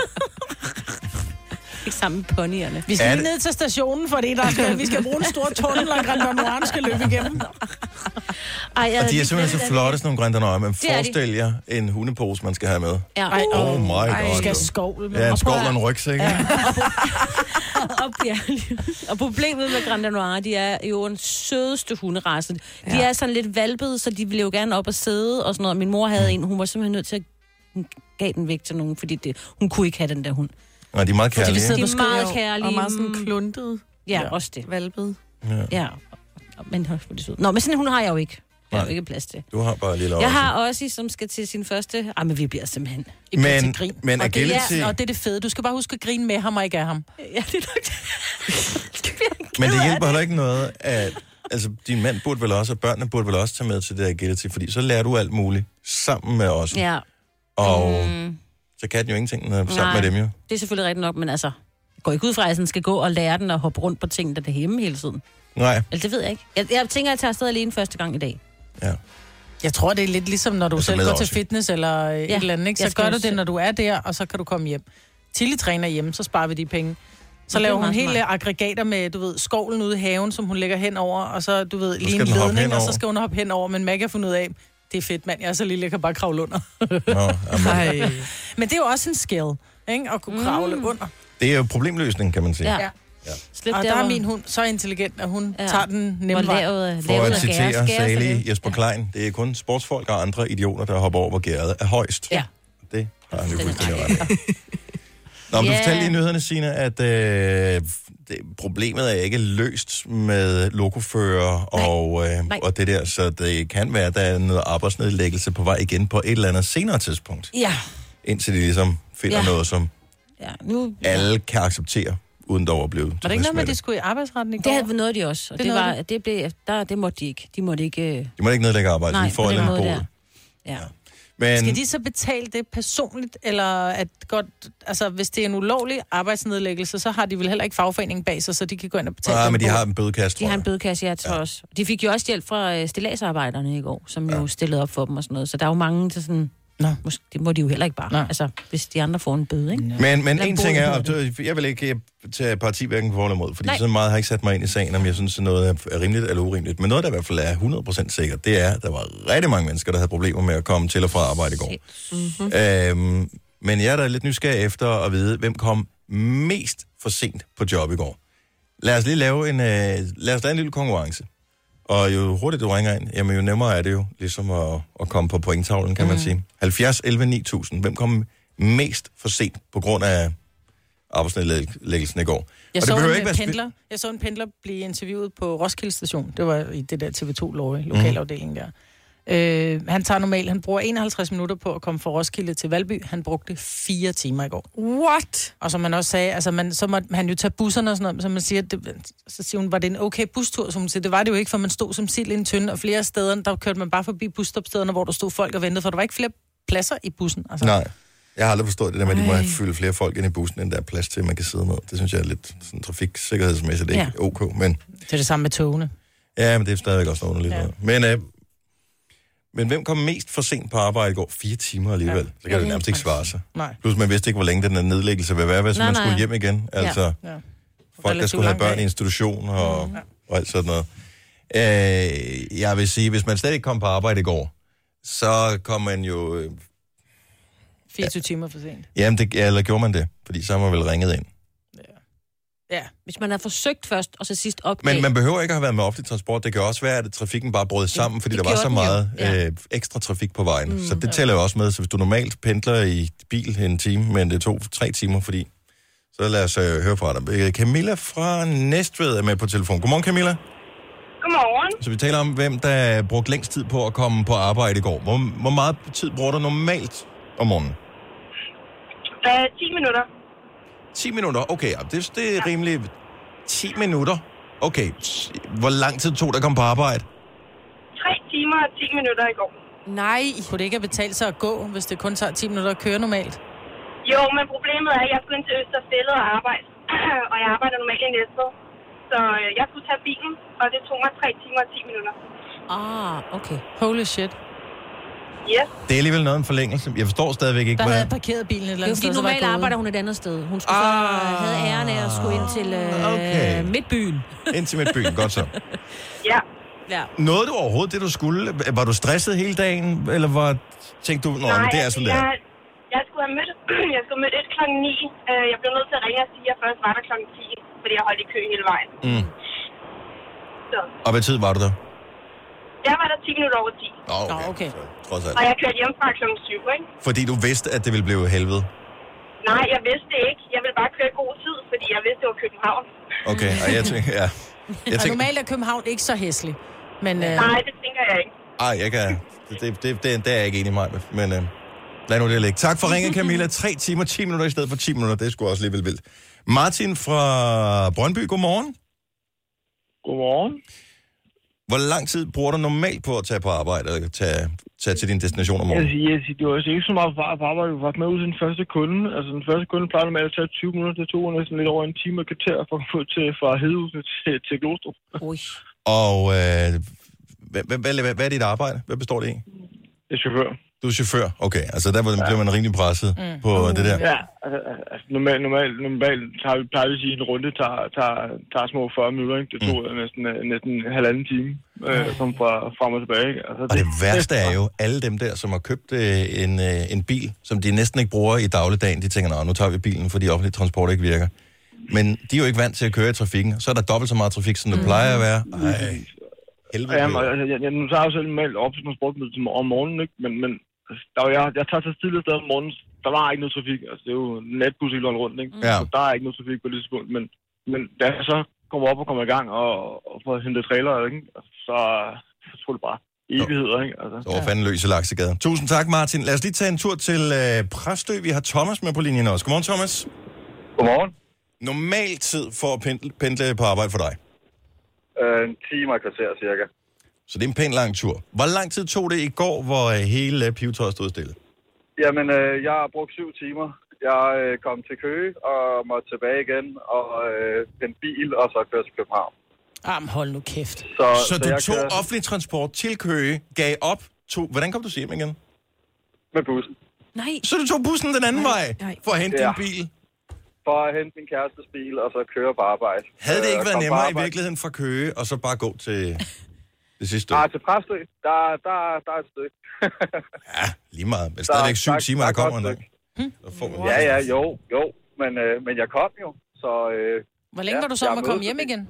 Ikke sammen med ponyerne. Vi skal ned til stationen, fordi der skal, vi skal bruge en stor tunnel, og Grand Danois skal løbe igennem. Ej, og de er simpelthen så flotte, sådan nogle Grand Danois. Men forestil jer en hundepose, man skal have med. Ja. Ej, oh my Ej, god. skal skovle med. Ja, en skovl og en rygsæk. Ja. og, ja. og problemet med Grand Danois, de er jo en sødeste hunderace. De ja. er sådan lidt valpede, så de vil jo gerne op og sidde og sådan noget. Min mor havde en, hun var simpelthen nødt til at gav den væk til nogen, fordi det, hun kunne ikke have den der hund. Nej, de er meget kærlige. De, de er meget kærlige. Og meget sådan kluntet. Ja, ja, også det. Valpet. Ja. ja. Men, Nå, men sådan en hund har jeg jo ikke. Jeg har jo ikke plads til. Du har bare lille Aussie. Jeg har også, som skal til sin første... Ej, men vi bliver simpelthen... I men, til grin. Men og agility... Det, ja, og det er det fede. Du skal bare huske at grine med ham og ikke af ham. Ja, det er nok det. Men det hjælper heller ikke noget, at... Altså, din mand burde vel også, og børnene burde vel også tage med til det agility, fordi så lærer du alt muligt sammen med os. Ja. Og mm. så kan den jo ingenting sammen Nej, med dem jo. Det er selvfølgelig rigtigt nok, men altså... Går ikke ud fra, at jeg sådan skal gå og lære den at hoppe rundt på ting, der er hjemme hele tiden. Nej. Altså, det ved jeg ikke. Jeg, jeg tænker, at jeg tager afsted alene første gang i dag. Ja. Jeg tror, det er lidt ligesom, når du altså selv går til fitness eller ja, et eller andet, ikke? Så gør du det, når du er der, og så kan du komme hjem. Tilly træner hjemme, så sparer vi de penge. Så laver hun hele aggregater med, du ved, skovlen ude i haven, som hun lægger hen over, og så, du ved, lige en ledning, og så skal hun hoppe hen over. Men Maggie har fundet ud af, det er fedt, mand, jeg er så lille, jeg kan bare kravle under. Nå, men det er jo også en skill, ikke? At kunne kravle mm. under. Det er jo problemløsning, kan man sige. Ja. Ja. Og der er min hund så intelligent, at hun ja. tager den nemme vej. For at citere Sally Jesper Klein, det er kun sportsfolk og andre idioter, der hopper over, hvor gæret er højst. Ja. Det har han jo fuldstændig ret. Nå, men yeah. du fortalte lige i nyhederne, Signe, at øh, det, problemet er ikke løst med lokofører og, øh, og det der, så det kan være, at der er noget arbejdsnedlæggelse på vej igen på et eller andet senere tidspunkt. Ja. Indtil de ligesom finder ja. noget, som ja. Nu, ja. alle kan acceptere, uden dog at blive. Var det ikke noget med, at de skulle i arbejdsretten i går? Det havde noget de også, og det, det, var, det. det blev, der, det måtte de ikke. De måtte ikke... De måtte ikke nedlægge arbejde, nej, de får en bod. Ja. ja. Men... Skal de så betale det personligt, eller at godt, altså hvis det er en ulovlig arbejdsnedlæggelse, så har de vel heller ikke fagforeningen bag sig, så de kan gå ind og betale. Nej, men de bod. har en bødekasse, De har en bødekasse, ja, tror ja. også. De fik jo også hjælp fra stilladsarbejderne i går, som ja. jo stillede op for dem og sådan noget. Så der er jo mange til sådan... Nå. Måske, det må de jo heller ikke bare. Nå. Altså, hvis de andre får en bøde, ikke? Men, men en ting er, og jeg vil ikke tage parti hverken for eller imod, fordi Nej. så meget har jeg ikke sat mig ind i sagen, om jeg synes, at noget er rimeligt eller urimeligt. Men noget, der i hvert fald er hundrede procent sikkert, det er, at der var rigtig mange mennesker, der havde problemer med at komme til og fra arbejde i går. Mm-hmm. Øhm, men jeg er da lidt nysgerrig efter at vide, hvem kom mest for sent på job i går. Lad os lige lave en, øh, lad os lave en lille konkurrence. Og jo hurtigt du ringer ind, jamen jo nemmere er det jo, ligesom at, at komme på pointtavlen, kan mm. man sige. halvfjerds elleve ni tusind. Hvem kom mest for sent på grund af arbejdsnedlæggelsen i går? Jeg, så en, ikke pendler, jeg så en pendler blive interviewet på Roskilde Station. Det var i det der T V to-lorry, lokalafdelingen der. Øh, han tager normalt, han bruger enoghalvtreds minutter på at komme fra Roskilde til Valby. Han brugte fire timer i går. What? Og som man også sagde, altså man, så måtte han jo tage busserne og sådan noget, så man siger, det, så siger hun, var det en okay bustur, som hun siger, det var det jo ikke, for man stod som sild i en tynde, og flere steder, der kørte man bare forbi busstopstederne, hvor der stod folk og ventede, for der var ikke flere pladser i bussen. Altså. Nej, jeg har aldrig forstået det der med, at de må have fylde flere folk ind i bussen, end der er plads til, at man kan sidde ned. Det synes jeg er lidt sådan, trafiksikkerhedsmæssigt ikke ja. ok, men... Det er det samme med togene. Ja, men det er stadigvæk også underligt. Ja. Men, øh, men hvem kom mest for sent på arbejde i går? Fire timer alligevel. Ja. Så kan det nærmest ikke svare sig. Nej. Plus man vidste ikke, hvor længe den der nedlæggelse vil være, hvis nej, man skulle nej. hjem igen. Altså, ja. Ja. folk, der skulle have børn i institution og, mm. og alt sådan noget. Øh, jeg vil sige, hvis man slet ikke kom på arbejde i går, så kom man jo... Øh, fireogtyve ja. timer for sent. Jamen, det, eller gjorde man det? Fordi så har man vel ringet ind. Ja, hvis man har forsøgt først, og så sidst opdage. Men man behøver ikke at have været med offentlig transport. Det kan også være, at trafikken bare brød sammen, fordi det der var så meget ja. øh, ekstra trafik på vejen. Mm, så det tæller jo også med. Så hvis du normalt pendler i bil en time, men det tog tre timer, fordi... Så lad os øh, høre fra dig. Camilla fra Næstved er med på telefon. Godmorgen, Camilla. Godmorgen. Så vi taler om, hvem der brugte længst tid på at komme på arbejde i går. Hvor, hvor meget tid bruger du normalt om morgenen? Uh, ti minutter. ti minutter? Okay, ja. det, det er rimelig... ti minutter? Okay. Hvor lang tid tog der at komme på arbejde? tre timer og ti minutter i går. Nej. Kunne det ikke have betalt sig at gå, hvis det kun tager ti minutter at køre normalt? Jo, men problemet er, at jeg skulle ind til Østerfællet og arbejde. Og jeg arbejder normalt i Næstved. Så jeg skulle tage bilen, og det tog mig tre timer og ti minutter. Ah, okay. Holy shit. Yes. Det er alligevel noget en forlængelse. Jeg forstår stadigvæk ikke, der hvad... havde jeg parkeret bilen et eller andet sted. Det er fordi normalt arbejder hun et andet sted. Hun skulle ah, så have æren af at skulle ind til øh, okay. Midtbyen. Ind til Midtbyen, godt så. Ja. ja. Nåede du overhovedet det, du skulle? Var du stresset hele dagen, eller var... tænkte du, nå, men det er sådan jeg, der? Jeg skulle have mødt, jeg skulle have mødt et klokken ni. Jeg blev nødt til at ringe og sige, at jeg først var der klokken ti, fordi jeg holdt i kø hele vejen. Mm. Så. Og hvad tid var du der? Jeg var der ti minutter over ti. Oh, okay. Oh, okay. Så, og jeg kørte hjem fra klokken syv, ikke? Fordi du vidste, at det ville blive helvede? Nej, jeg vidste det ikke. Jeg ville bare køre god tid, fordi jeg vidste, det var København. Okay, og jeg tænker, ja. Jeg tænker... Og normalt er København ikke så hæslig. Men, øh... Nej, det tænker jeg ikke. Ej, jeg kan... Det, det, det, det, det er jeg ikke enig i mig med, men... Øh... Lad nu det ligge. Tak for ringen, Camilla. tre timer, ti minutter i stedet for ti minutter. Det er sgu også lidt vildt. Martin fra Brøndby, godmorgen. Godmorgen. Hvor lang tid bruger du normalt på at tage på arbejde, eller tage, tage til din destination om morgenen? Jeg, jeg, det var altså ikke så meget på arbejde. Jeg var med ud til den første kunde. Altså, den første kunde plejede normalt at tage tyve minutter. Det tog næsten lidt over en time og kvarter for at få til fra Hedehusene til, til Glostrup. Og øh, hvad, hvad, hvad, hvad er dit arbejde? Hvad består det i? Jeg er chauffør. Du er chauffør? Okay, altså der ja. bliver man rimelig presset mm. på uh, det der. Ja, altså, altså normalt, normalt, normalt tager vi, plejer vi at sige, en runde tager, tager, tager små fyrre minutter, ikke? Det tog mm. næsten, næsten en halvanden time, øh, som fra frem og tilbage, ikke? Altså, og det, det værste er jo, alle dem der, som har købt øh, en, øh, en bil, som de næsten ikke bruger i dagligdagen, de tænker, nu tager vi bilen, fordi offentlig transport ikke virker. Men de er jo ikke vant til at køre i trafikken, så er der dobbelt så meget trafik, som det mm. plejer at være. Ej, helvede. Ja, men, altså, jeg, jeg, nu tager jeg jo selv normalt op til transportmiddel om morgenen, ikke? Men, men der var, jeg, jeg tager så stille sted om morgenen, der var ikke noget trafik. Altså, det er jo natbus hele vejen rundt, ikke? Ja. Så der er ikke noget trafik på det tidspunkt. Men, men da jeg så kommer op og kommer i gang og, og får hentet trailer, ikke? Så, så tror det bare evigheder, ikke? Altså. Så var fanden løs i Laksegade. Tusind tak, Martin. Lad os lige tage en tur til øh, Præstø. Vi har Thomas med på linjen også. Godmorgen, Thomas. Godmorgen. Normal tid for at pendle, pendle på arbejde for dig? Øh, en time og kvarter, cirka. Så det er en pæn lang tur. Hvor lang tid tog det i går, hvor øh, hele øh, pivetøjet stod stille? Jamen, øh, jeg har brugt syv timer. Jeg øh, kom til Køge og måtte tilbage igen, og øh, en bil, og så kørte til København. Jamen, hold nu kæft. Så, så, så du tog kører... offentlig transport til Køge, gav op, tog... Hvordan kom du hjem igen? Med bussen. Nej. Så du tog bussen den anden nej, vej nej. for at hente ja. din bil? For at hente min kærestes bil, og så køre på arbejde. Havde det ikke øh, været nemmere i virkeligheden fra Køge, og så bare gå til... Det sidste stykke? Nej, til Præstø, der, der, der er et stykke. Ja, lige meget. Men stadigvæk syv der, timer, der, der kommer en dag. Hmm? Ja, ja, jo, jo. Men, øh, men jeg kom jo, så... Øh, Hvor længe ja, var du så om at komme hjem igen?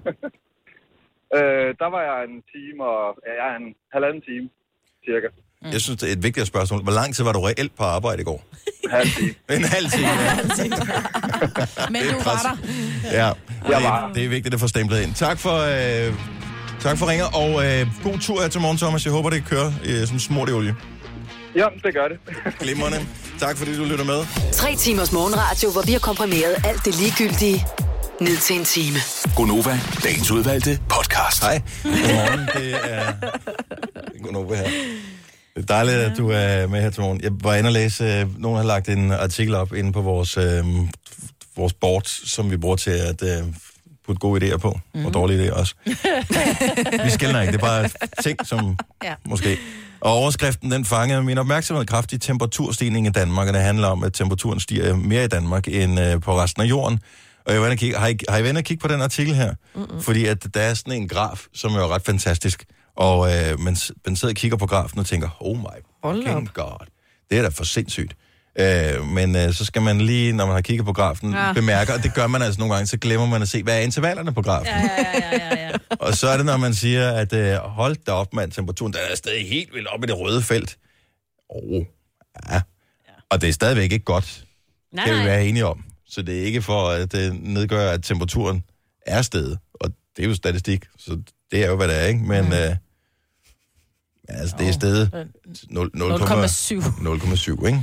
øh, der var jeg en time og... Ja, en halvanden time, cirka. Mm. Jeg synes, det er et vigtigt spørgsmål. Hvor lang tid var du reelt på arbejde i går? En halv time. En halv time, ja. Men du var der. Ja, det, det er vigtigt at få stemplet ind. Tak for... Øh, Tak for ringer, og øh, god tur her til morgen, Thomas. Jeg håber, det kører øh, som smurt i olie. Ja, det gør det. Glimrende. Tak fordi du lytter med. Tre timers morgenradio, hvor vi har komprimeret alt det ligegyldige ned til en time. Gonova, dagens udvalgte podcast. Hej. Godmorgen, det er Gonova her. Det er dejligt, at du er med her til morgen. Jeg var inde og læse, øh, nogen har lagt en artikel op inde på vores, øh, vores board, som vi bruger til at øh, putte gode idéer på, mm-hmm. og dårlige idéer også. Vi skiller ikke, det er bare ting, som ja. måske... Og overskriften, den fangede min opmærksomhed kraftig temperaturstigning i Danmark, og det handler om, at temperaturen stiger mere i Danmark end øh, på resten af jorden. Og jeg vil kigge, har, I, har I været inde og kigge på den artikel her? Mm-mm. Fordi at der er sådan en graf, som er ret fantastisk, og øh, man, man sidder og kigger på grafen og tænker, oh my fucking god, det er da for sindssygt. Øh, men øh, så skal man lige, når man har kigget på grafen, ja. bemærke, og det gør man altså nogle gange, så glemmer man at se, hvad er intervallerne på grafen. Ja, ja, ja, ja, ja. Og så er det, når man siger, at øh, hold da op, mand, temperaturen, der er stadig helt vildt op i det røde felt. Åh, oh, ja. Og det er stadigvæk ikke godt. Nej, kan vi være enige om. Så det er ikke for at øh, nedgøre, at temperaturen er steget. Og det er jo statistik, så det er jo, hvad det er, ikke? Men mm. øh, altså, det er steget nul komma syv, ikke?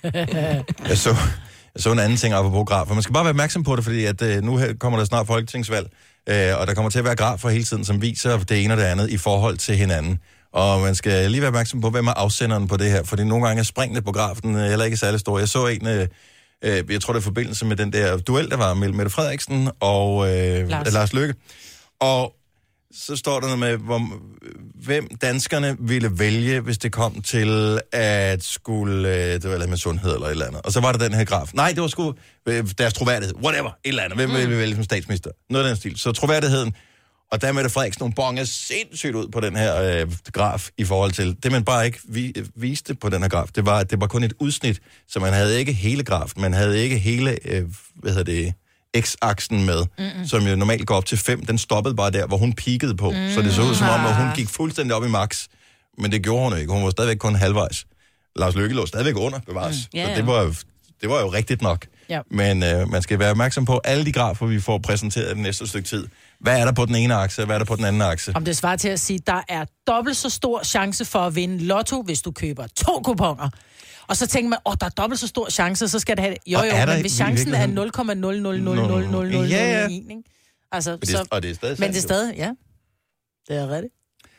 Jeg så, jeg så en anden ting op på graf, og man skal bare være opmærksom på det, fordi at, øh, nu her kommer der snart folketingsvalg, øh, og der kommer til at være grafer hele tiden, som viser det ene og det andet i forhold til hinanden. Og man skal lige være opmærksom på, hvem er afsenderen på det her, fordi nogle gange er springene på grafen heller ikke særlig store. Jeg så en, øh, øh, jeg tror det er i forbindelse med den der duel, der var mellem Mette Frederiksen og øh, Lars. Lars Løkke. Og så står der noget med, hvor, hvem danskerne ville vælge, hvis det kom til at skulle, øh, det var med sundhed eller et eller andet. Og så var der den her graf. Nej, det var sgu øh, deres troværdighed. Whatever, et eller andet. Hvem mm. ville vi vælge som statsminister? Noget af den stil. Så troværdigheden. Og der er Mette Frederiksen nogle bonge sindssygt ud på den her øh, graf i forhold til... Det, man bare ikke vi, viste på den her graf, det var, at det var kun et udsnit, så man havde ikke hele grafen, man havde ikke hele, øh, hvad hedder det, x-aksen med, mm-mm. som jo normalt går op til fem. Den stoppede bare der, hvor hun peakede på. Mm. Så det så ud som om, at hun gik fuldstændig op i max. Men det gjorde hun ikke. Hun var stadigvæk kun halvvejs. Lars Løkke lå stadigvæk under, bevares. Mm. Yeah. Så det var, det var jo rigtigt nok. Yep. Men øh, man skal være opmærksom på alle de grafer, vi får præsenteret det næste stykke tid. Hvad er der på den ene akse, og hvad er der på den anden akse? Om det svarer til at sige, der er dobbelt så stor chance for at vinde lotto, hvis du køber to kuponer. Og så tænker man, åh, oh, der er dobbelt så stor chance, så skal det have det. Jo, jo, men hvis chancen er nul komma nul nul nul nul nul nul en, ikke? Altså, så... Og det er stadig Men det er stadig, ja. Det er rigtigt.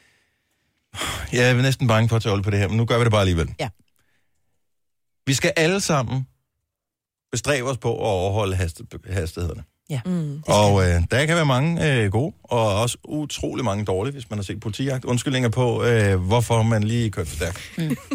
Jeg er næsten bange for at tage hold på det her, men nu gør vi det bare alligevel. Ja. Vi skal alle sammen bestræbe os på at overholde hastighederne. Ja. Mm, og øh, der kan være mange øh, gode, og også utrolig mange dårlige, hvis man har set politijagt. Undskyldninger på, øh, hvorfor man lige kører for stærkt. Mm. Man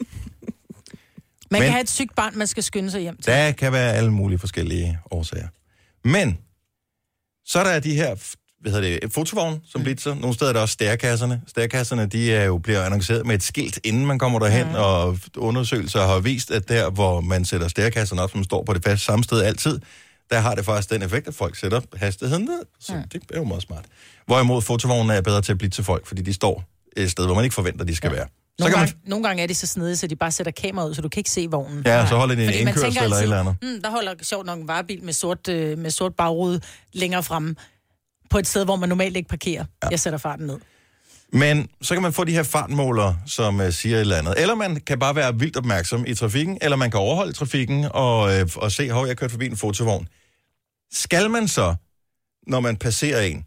Men, kan have et sygt barn, man skal skynde sig hjem til. Der kan være alle mulige forskellige årsager. Men, så er der de her, hvad hedder det, fotovogne, som mm. blitzer. Nogle steder er der også stærkasserne. Stærkasserne, de er jo bliver annonceret med et skilt, inden man kommer derhen, mm. og undersøgelser har vist, at der, hvor man sætter stærkasserne op, som står på det fast samme sted altid, der har det faktisk den effekt, at folk sætter hastigheden ned. Så mm. det er jo meget smart. Hvorimod fotovognene er bedre til at blitse folk, fordi de står et sted, hvor man ikke forventer, de skal ja. være. Nogle, så gange, man... nogle gange er de så snedige, så de bare sætter kameraet ud, så du kan ikke se vognen. Ja, så holder de en indkørsel eller et eller andet. Mm, der holder sjovt nok en varebil med sort, øh, med sort bagrude længere fremme på et sted, hvor man normalt ikke parkerer. Ja. Jeg sætter farten ned. Men så kan man få de her fartmålere, som uh, siger et eller andet. Eller man kan bare være vildt opmærksom i trafikken, eller man kan overholde trafikken og, øh, og se, hvor jeg kørt forbi en fotovogn. Skal man så, når man passerer en,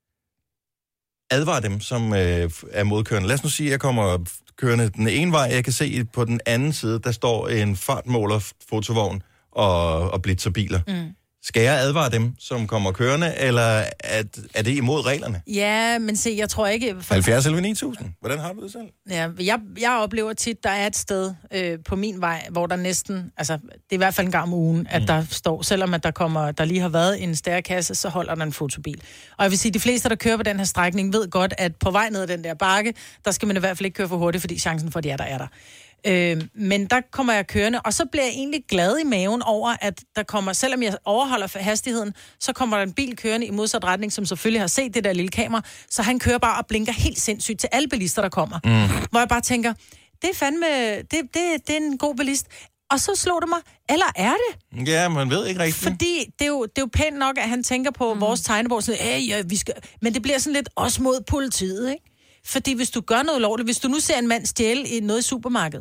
advare dem, som øh, er modkørende? Lad os nu sige, at jeg kommer kørende den ene vej. Jeg kan se på den anden side, der står en fartmåler, fotovogn og, og blitzer biler. Mm. Skal jeg advare dem, som kommer kørende, eller er, er det imod reglerne? Ja, men se, jeg tror ikke... For... halvfjerds eller ni tusind? Hvordan har du det selv? Ja, jeg, jeg oplever tit, der er et sted øh, på min vej, hvor der næsten... Altså, det er i hvert fald en gang om ugen, at mm. der står... Selvom at der, kommer, der lige har været en stærkasse, så holder der en fotobil. Og jeg vil sige, de fleste, der kører på den her strækning, ved godt, at på vej ned ad den der bakke, der skal man i hvert fald ikke køre for hurtigt, fordi chancen for, at de er der, er der. Øh, men der kommer jeg kørende, og så bliver jeg egentlig glad i maven over, at der kommer, selvom jeg overholder hastigheden, så kommer der en bil kørende i modsat retning, som selvfølgelig har set det der lille kamera, så han kører bare og blinker helt sindssygt til alle bilister, der kommer. Mm. Hvor jeg bare tænker, det er fandme, det, det, det er en god bilist. Og så slog det mig, eller er det? Ja, man ved ikke rigtigt. Fordi det er jo, det er jo pænt nok, at han tænker på mm. vores tegnebord, sådan, hey, ja, vi skal... men det bliver sådan lidt også mod politiet, ikke? Fordi hvis du gør noget lovligt, hvis du nu ser en mand stjæle i noget i supermarkedet,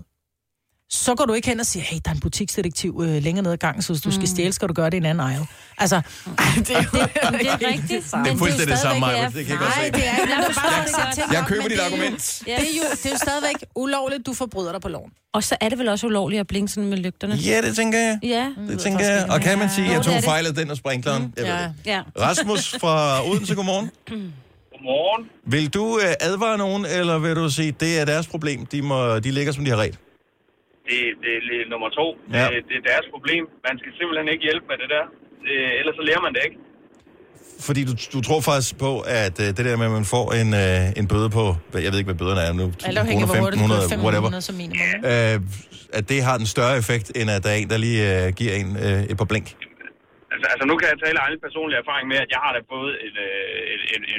så går du ikke hen og siger, hey, der er en butiksdetektiv øh, længere nede ad gangen, så hvis du skal stjæle, skal du gøre det i en anden aisle. Altså, det er, det, det er rigtigt. Det er fuldstændig det samme, Maja. Det kan jeg godt se. Nej, det er jeg, jeg, jeg køber dit argument. Det er, jo, det er jo stadigvæk ulovligt, du forbryder dig på loven. Og så er det vel også ulovligt at blinke sådan med lygterne? Ja, det tænker jeg. Ja. Det tænker jeg. Og kan man sige, at jeg tog fejl af den og sprinkleren? Mm. Jeg ved det. Ja. Rasmus fra Odense, godmorgen. Godmorgen. Vil du uh, advare nogen, eller vil du sige, det er deres problem, de, må, de ligger, som de har ret? Det, det er nummer to. Ja. Det, det er deres problem. Man skal simpelthen ikke hjælpe med det der. Det, ellers så lærer man det ikke. Fordi du, du tror faktisk på, at uh, det der med, at man får en, uh, en bøde på, jeg ved ikke, hvad bøderne er nu, femten hundrede, whatever, som minimum. Uh, at det har en større effekt, end at der er en, der lige uh, giver en uh, et par blink. Altså, altså, nu kan jeg tale af egen personlig erfaring med, at jeg har da fået en, en, en, en,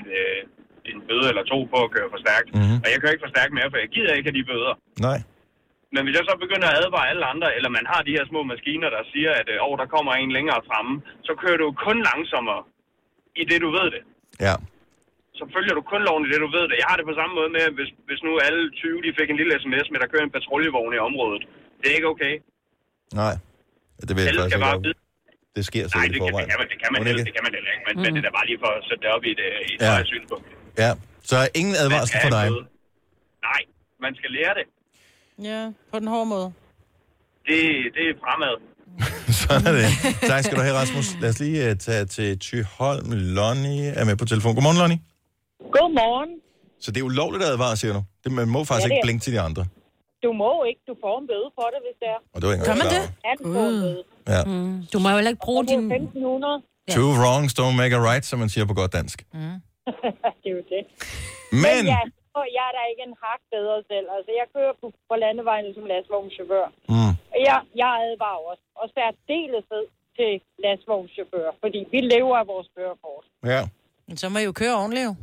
en bøde eller to på at køre for stærkt. Mm-hmm. Og jeg kører ikke for stærkt mere, for jeg gider ikke have de bøder. Nej. Men hvis jeg så begynder at advare alle andre, eller man har de her små maskiner, der siger, at åh, der kommer en længere fremme, så kører du kun langsommere i det, du ved det. Ja. Så følger du kun loven i det, du ved det. Jeg har det på samme måde med, hvis, hvis nu alle tyve de fik en lille sms med, der kører en patruljevogn i området. Det er ikke okay. Nej, det vil jeg alle faktisk ikke vide. Det sker så Nej, i det, forvejen. Nej, det kan man, det kan man, det, det kan man heller ikke, men, mm. men det er bare lige for at sætte det op i et, i et ja. højere synspunkt. Ja, så er ingen advarsel for dig? Nej, man skal lære det. Ja, på den hårde måde. Det, det er fremad. Sådan er det. Tak skal du have, Rasmus. Lad os lige uh, tage til Thyholm. Lonnie er med på telefon. Godmorgen, Lonnie. Godmorgen. Så det er ulovligt at advare, siger du? Det, man må faktisk ja, ikke blinke til de andre. Du må ikke. Du får en bøde for det, hvis det er. Og det var ikke Gør man det? Ja, du får en bøde. Ja. Mm. Du må jo heller ikke bruge din... femten hundrede. Two wrongs don't make a right, som man siger på godt dansk. Mm. Det er jo det. Men... Men ja, jeg er da ikke en hak bedre selv. Altså, jeg kører på, på landevejen som lastvognschauffør. Mm. Jeg, jeg advarer også. Og særdeleshed til lastvognschauffør, fordi vi lever af vores førerkort. Ja. Så må I jo køre ordentligt jo.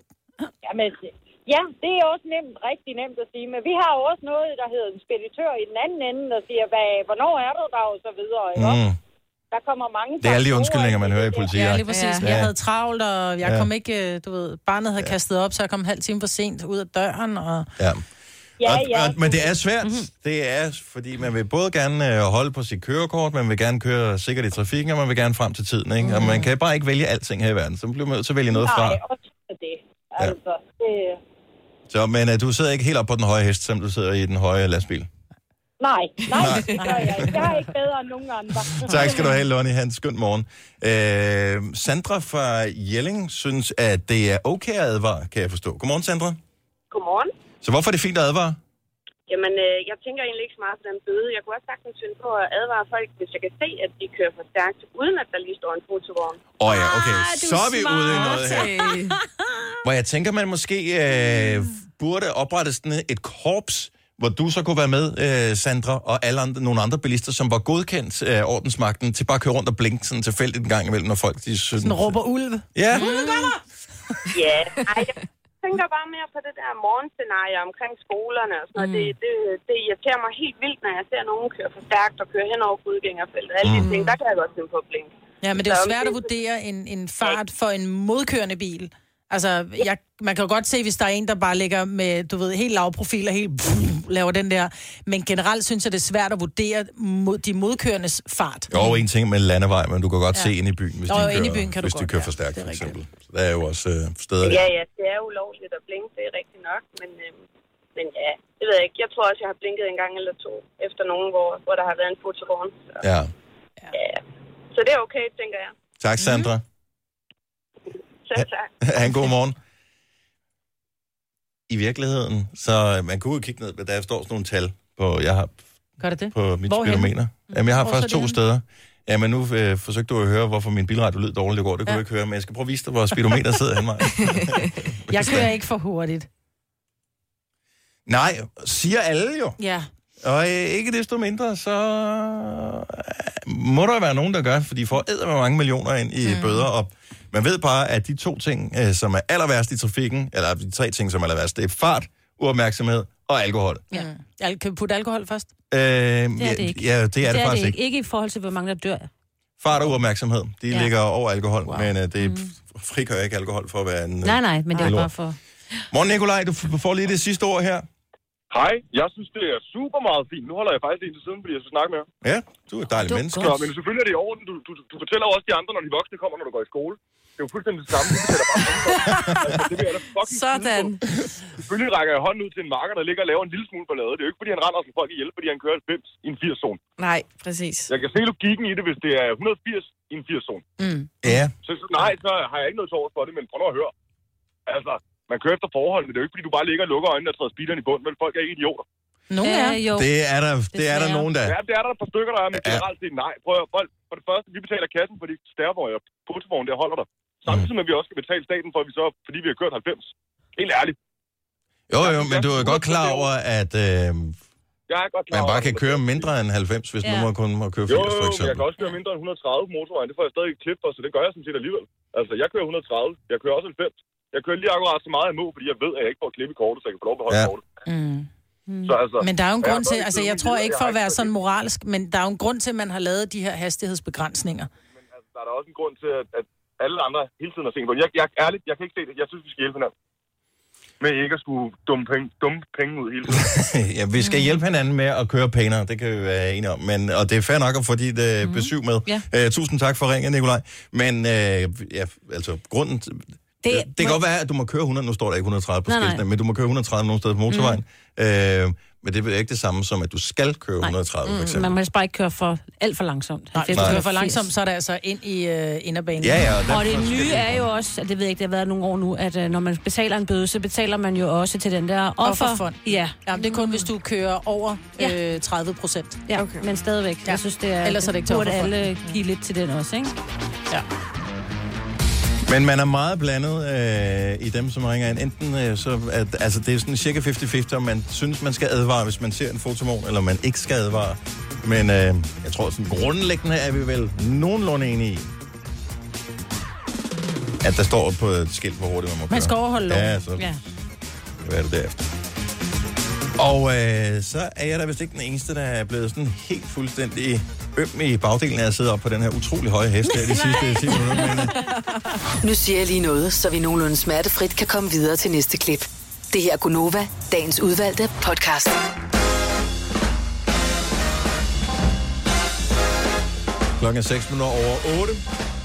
Jamen, ja, det er også nemt, rigtig nemt at sige. Men vi har jo også noget, der hedder en speditør i den anden ende, der siger, hvad, hvornår er du der, og så videre. Ikke? Mm. Der kommer mange... Det er alle de undskyldninger, man hører i politiet. Ja, lige præcis. Ja. Jeg havde travlt, og jeg ja. kom ikke... Du ved, barnet havde ja. kastet op, så jeg kom en halv time for sent ud af døren, og... Ja. Ja, og, ja. og, men det er svært. Mm-hmm. Det er, fordi man vil både gerne holde på sit kørekort, man vil gerne køre sikkert i trafikken, og man vil gerne frem til tiden, ikke? Mm. Og man kan bare ikke vælge alting her i verden. Så bliver man nødt til at vælge noget fra. Nej, også det. Altså, ja. det... Så, men uh, du sidder ikke helt op på den høje hest, som du sidder i den høje lastbil? Nej, nej, nej. Det gør jeg ikke. Jeg er ikke bedre end nogen andre. Tak skal du have, Lonnie. Ha' en skøn morgen. Uh, Sandra fra Jelling synes, at det er okay at advare, kan jeg forstå. Godmorgen, Sandra. Godmorgen. Så hvorfor er det fint at advare? Jamen, øh, jeg tænker egentlig ikke så meget på den bøde. Jeg kunne også sagtens finde på at advare folk, hvis jeg kan se, at de kører for stærkt, uden at der lige står en fotovogn. Åh oh, ja, okay. Ah, så er vi ude i noget her. Hvor jeg tænker, man måske øh, burde oprette sådan et korps, hvor du så kunne være med, øh, Sandra, og alle andre, nogle andre bilister, som var godkendt af øh, ordensmagten, til bare at køre rundt og blinke sådan tilfældigt en gang imellem, når folk de synes... Sådan råber ulve. Ja. Mm. Ja, ej, jeg tænker bare mere på det der morgenscenarie omkring skolerne og sådan noget. Mm. Det, det, det irriterer mig helt vildt, når jeg ser nogen køre for stærkt og køre hen over fodgængerfeltet. Alle de mm. ting, der kan jeg godt finde på at blinke. Ja, men det er jo svært at vurdere en, en fart for en modkørende bil. Altså, jeg, man kan jo godt se, hvis der er en, der bare ligger med, du ved, helt lav profil og helt pff, laver den der. Men generelt synes jeg, det er svært at vurdere mod, de modkørendes fart. Jo, en ting med landevej, men du kan godt ja. se ind i byen, hvis, Nå, de, kører, i byen kan hvis du de godt, kører for stærkt, for eksempel. Så der er jo også øh, steder der. Ja, ja, det er ulovligt at blinke, det er rigtigt nok. Men, øh, men ja, det ved jeg ikke. Jeg tror også, jeg har blinket en gang eller to efter nogen, hvor, hvor der har været en fotovogn. Så. Ja. ja. Så det er okay, tænker jeg. Tak, Sandra. Mm. Selv tak. Ha' en god morgen. I virkeligheden, så man kunne jo kigge ned, der står sådan nogle tal på, jeg har Gør det det? på mit Hvorhen? speedometer. Jamen, jeg har Hvor faktisk to det steder. Ja, men nu øh, forsøgte du at høre, hvorfor min bilradio lød dårligt i går. Det kunne ja. du ikke høre, men jeg skal prøve at vise dig, hvor speedometer sidder hen mig. Jeg kører ikke for hurtigt. Nej, siger alle jo. Ja. Og øh, ikke desto mindre, så øh, må der være nogen, der gør, for de får eddermed mange millioner ind i mm. bøder. Og man ved bare, at de to ting, øh, som er aller værst i trafikken, eller de tre ting, som er aller værst, det er fart, uopmærksomhed og alkohol. Ja. Al- kan vi putte alkohol først? Øh, Det er det ikke. Ja, det er det, det er faktisk det ikke. ikke. Ikke i forhold til, hvor mange der dør. Fart og uopmærksomhed, de Ja. ligger over alkohol, Wow. men uh, det Mm. frikører ikke alkohol for at være en... Nej, nej, men det er lort. bare for... Morgen, Nikolaj, du f- får lige det sidste ord her. Hej, jeg synes, det er super meget fint. Nu holder jeg faktisk en til siden, fordi jeg skal snakke med jer. Ja, du er et dejligt menneske. Så, men selvfølgelig er det i orden. Du, du, du fortæller jo også de andre, når de voksne kommer, når du går i skole. Det er jo fuldstændig det samme. Du fortæller bare altså, det vil jeg da fucking Sådan. Selvfølgelig rækker jeg hånden ud til en marker, der ligger og laver en lille smule ballade. Det er jo ikke, fordi han render og slår folk ihjel, fordi han kører halvfems i en firs-zone. Nej, præcis. Jeg kan se logikken i det, hvis det er et hundrede og firs i en firs-zone. Mm. Ja. Så, så nej, så har jeg ikke noget til over for det, men prøv nu at høre. Altså, man kører efter forholdene. Det er jo ikke, fordi du bare ligger og lukker øjnene og træder speederen i bunden. Vel, folk er ikke idioter. Nogle er. Øh, jo. Det er der, det er der nogen, der... Ja, det er der et par stykker, der er, men Ja. generelt set nej. Prøv at, folk, for det første, vi betaler kassen for de stærvøje og putvogn, der holder der. Samtidig med, at vi også skal betale staten for, at vi så, fordi vi har kørt halvfems. Helt ærligt. Jo, jo, men du er godt klar over, at øh, Jeg er godt klar man bare over, kan køre mindre end halvfems, hvis Ja. nu man kun må køre Jo, firs, for jo, men jeg eksempel. kan også køre mindre end et hundrede og tredive på motorvejen. Det får jeg stadig et klip for, så det gør jeg sådan set alligevel. Altså, jeg kører et hundrede og tredive. Jeg kører også halvfems. Jeg kører lige akkurat så meget jeg må, fordi jeg ved, at jeg ikke får klip i kortet, så jeg kan få lov at beholde Ja. kortet. Mm. Så altså, Men der er jo en ja, grund så til, er det altså jeg kedeligt, tror jeg ikke har for at ikke være så sådan kedeligt. moralsk, men der er jo en grund til, at man har lavet de her hastighedsbegrænsninger. Altså, der er der også en grund til, at, at alle andre hele tiden har set på det. Jeg, jeg, ærligt, jeg kan ikke se det. Jeg synes, vi skal hjælpe hinanden. Med ikke at skulle dumme penge, dumme penge ud hele tiden. Ja, vi skal hjælpe hinanden med at køre pænere, det kan vi være enige om. Men, og det er fair nok at få dit uh, besøg med. Ja. Uh, tusind tak for ringen, Nikolaj. Men uh, ja, altså, grunden... Det, det, det kan godt være, at du må køre hundrede, nu står der ikke et hundrede og tredive på Nej, nej. skiltene, men du må køre et hundrede og tredive nogle steder på motorvejen. Mm. Uh, men det er ikke det samme som, at du skal køre et hundrede og tredive, for eksempel. Man må helst bare ikke køre for alt for langsomt. Nej, hvis du Nej. kører for langsomt, så er det altså ind i uh, inderbanen. Ja, ja, Og det derfor skal nye er jo også, at det ved jeg ikke, det har været nogle år nu, at uh, når man betaler en bøde, så betaler man jo også til den der offer. Offerfond. Ja. Jamen, det er kun, hvis du kører over Ja. øh, tredive procent. Ja, okay. Men stadigvæk. Ja. Jeg synes, det er... Ellers er det ikke til burde offerfond. alle give lidt til den også, ikke? Ja. Men man er meget blandet øh, i dem, som ringer ind. Enten øh, så, at, altså det er sådan cirka halvtreds halvtreds, om man synes, man skal advare, hvis man ser en fotomon, eller man ikke skal advare. Men øh, jeg tror, sådan grundlæggende er vi vel nogenlunde enige i, at der står på et skilt, hvor hurtigt man må køre. Man skal overholde loven. Ja, så Ja. hvad er det derefter. Og øh, så er jeg da vist ikke den eneste, der er blevet sådan helt fuldstændig øm i bagdelen af at sidde op på den her utrolig høje hest her de sidste ti minutter. Men, øh, Nu siger jeg lige noget, så vi nogenlunde smertefrit kan komme videre til næste klip. Det her er Gunova, dagens udvalgte podcast. Klokken er seks minutter over otte.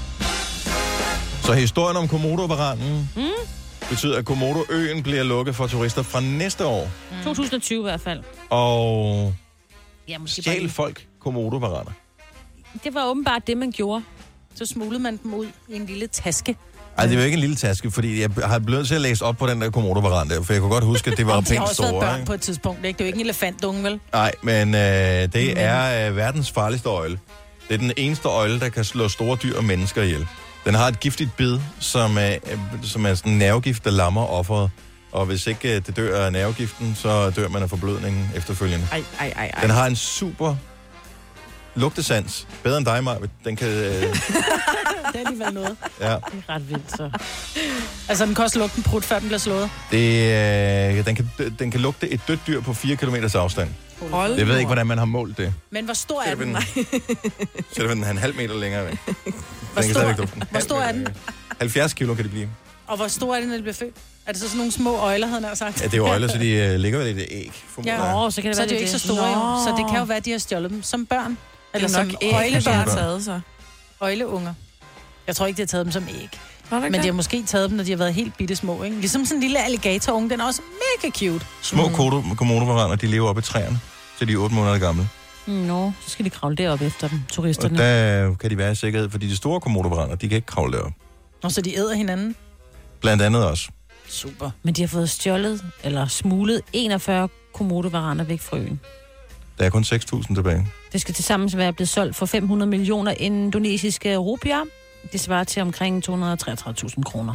Så historien om Komodo-varanen Mm. betyder, at Komodo-øen bliver lukket for turister fra næste år. Mm. to tusind og tyve i hvert fald. Og Ja, måske stjæl bare... folk Komodo-varaner. Det var åbenbart det, man gjorde. Så smuglede man dem ud i en lille taske. Ej, det er jo ikke en lille taske, fordi jeg har blevet til at læse op på den der Komodo-varan der, for jeg kunne godt huske, at det var De har pænt også været store. børn Ikke? på et tidspunkt, ikke? Det er jo ikke en elefantunge, vel? Nej, men øh, det er øh, verdens farligste øgle. Det er den eneste øgle, der kan slå store dyr og mennesker ihjel. Den har et giftigt bid, som er, øh, som er sådan en nervegift, der lammer offeret. Og hvis ikke øh, det dør af nervegiften, så dør man af forblødningen efterfølgende. Ej, ej, ej, ej. Den har en super lugtesans. Bedre end dig, Maja. Den kan... Øh, Det er alligevel noget. ja. Det er ret vildt, så. Altså, den kan også lugte en prut, før den bliver slået. Det, øh, den, kan, den kan lugte et dødt dyr på fire kilometers afstand. Hold Jeg ved nu ikke, op. hvordan man har målt det. Men hvor stor er Så den? er det den en halv meter længere væk. Den Hvor kan stor, stadigvæk dufte den. hvor stor er den? halvfjerds kilo kan det blive. Og hvor stor er den, når de bliver født? Er det så sådan nogle små øjler, havde han sagt? Ja, det er jo øjler, så de uh, ligger vel i det æg. formoder jeg. Ja, Åh, så kan det så være, er de jo det ikke er så det. store jo. Nå. Så det kan jo være, at de har stjålet dem som børn. Eller Det er nok som æg, der har øjlebørn. taget sig. Øjleunger. Jeg tror ikke, de har taget dem som æg. Har du ikke Men de det? har måske taget dem, når de har været helt bitte små. Ikke? Ligesom sådan en lille alligatorunge, den er også mega cute. Små mm. komodo-varaner, de lever oppe i træerne, til de er otte måneder gamle. Nå, så skal de kravle derop efter dem, Og turisterne. der kan de være i sikkerhed, fordi de store komodo-varaner, de kan ikke kravle derop. Og så de æder hinanden. Blandt andet også. Super. Men de har fået stjålet eller smuglet enogfyrre komodo-varaner væk fra øen. Der er kun seks tusind tilbage. Det skal tilsammen være blevet solgt for fem hundrede millioner indonesiske rupier. Det svarer til omkring to hundrede og treogtredive tusind kroner.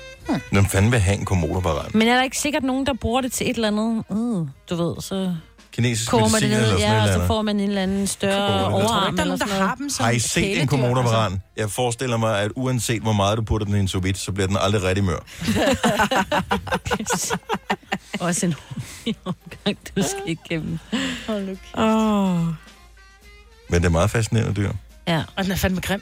Hvem fanden vil have en komodo-varan? Men er der ikke sikkert nogen, der bruger det til et eller andet? Uh, du ved, så kinesisk Koger man medicin det ned, eller sådan ja, et og eller så andet. får man en eller anden større Komodo. Jeg tror overarm ikke, der er eller nogen, sådan der noget. har dem som Har I set en kæledyr, komodovaran? Jeg forestiller mig, at uanset hvor meget du putter den i en sous vide, så bliver den aldrig rigtig mør. Også en hurtig omgang, du skal igennem. Hold nu. Åh. Men det er meget fascinerende dyr. Ja. Og den er fandme grim.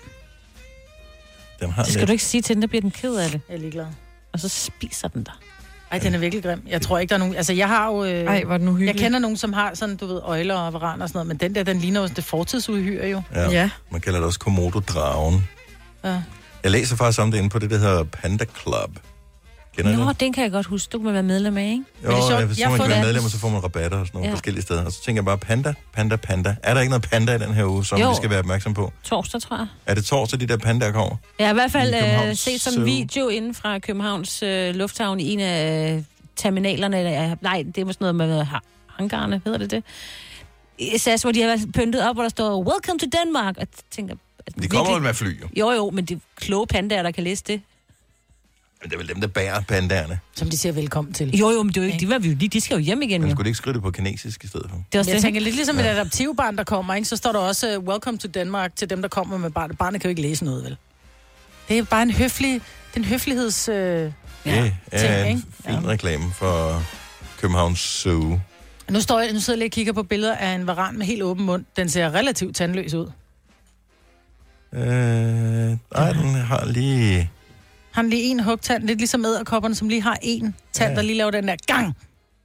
Den har Det skal lidt. du ikke sige til den, der bliver den ked af det. Jeg er ligeglad. Og så spiser den dig. Ej, den er virkelig grim. Jeg tror ikke, der er nogen... Altså, jeg har jo... Øh... Ej, hvor er den uhyggelig. Jeg kender nogen, som har sådan, du ved, øjler og varan og sådan noget, men den der, den ligner jo det fortidsuhyre jo. Ja. Ja. Man kalder det også komodo-dragen. Ja. Jeg læser faktisk om det inde på det, der hedder Panda Club. Kender I Nå, det? den kan jeg godt huske. Du kan man være medlem af, ikke? Jo, det er sjovt. ja, så Jeg man får kan være det. medlem, og så får man rabatter og sådan nogle Ja. forskellige steder. Og så tænker jeg bare, panda, panda, panda. Er der ikke noget panda i den her uge, som Jo. vi skal være opmærksom på? Torsdag, tror jeg. Er det torsdag, de der pandaer kommer? Jeg har i hvert fald I øh, Københavns set sådan Zoo. en video inden fra Københavns øh, Lufthavn i en af øh, terminalerne. Eller, nej, det er sådan noget med ha- hangarerne, hedder det det? I S A S, hvor de har været pyntet op, hvor der står, Welcome to Denmark. Og jeg tænker, at De kommer vel med fly, jo. Jo, jo, men de kloge pandaer, der kan læse det. Men det er vel dem, der bærer pandaerne. Som de siger velkommen til. Jo, jo, men det er jo ikke, de, var vi jo lige, de skal jo hjem igen, Men jo. skulle de ikke skrive det på kinesisk i stedet for? Det er også Jeg det. tænker lidt ligesom et adoptivbarn, der kommer, ikke? Så står der også, uh, welcome to Denmark, til dem, der kommer med barnet. Barnet kan jo ikke læse noget, vel? Det er bare en høflig, det er en høfligheds... Øh, Det ja, er ting, en ikke? fin ja. reklame for Københavns Zoo. Nu, står jeg, nu sidder jeg lige og kigger på billeder af en varan med helt åben mund. Den ser relativt tandløs ud. Øh, nej, den har lige... Har den lige en hugtand, lidt ligesom edderkopperne, som lige har en tand, Ja. der lige laver den der gang.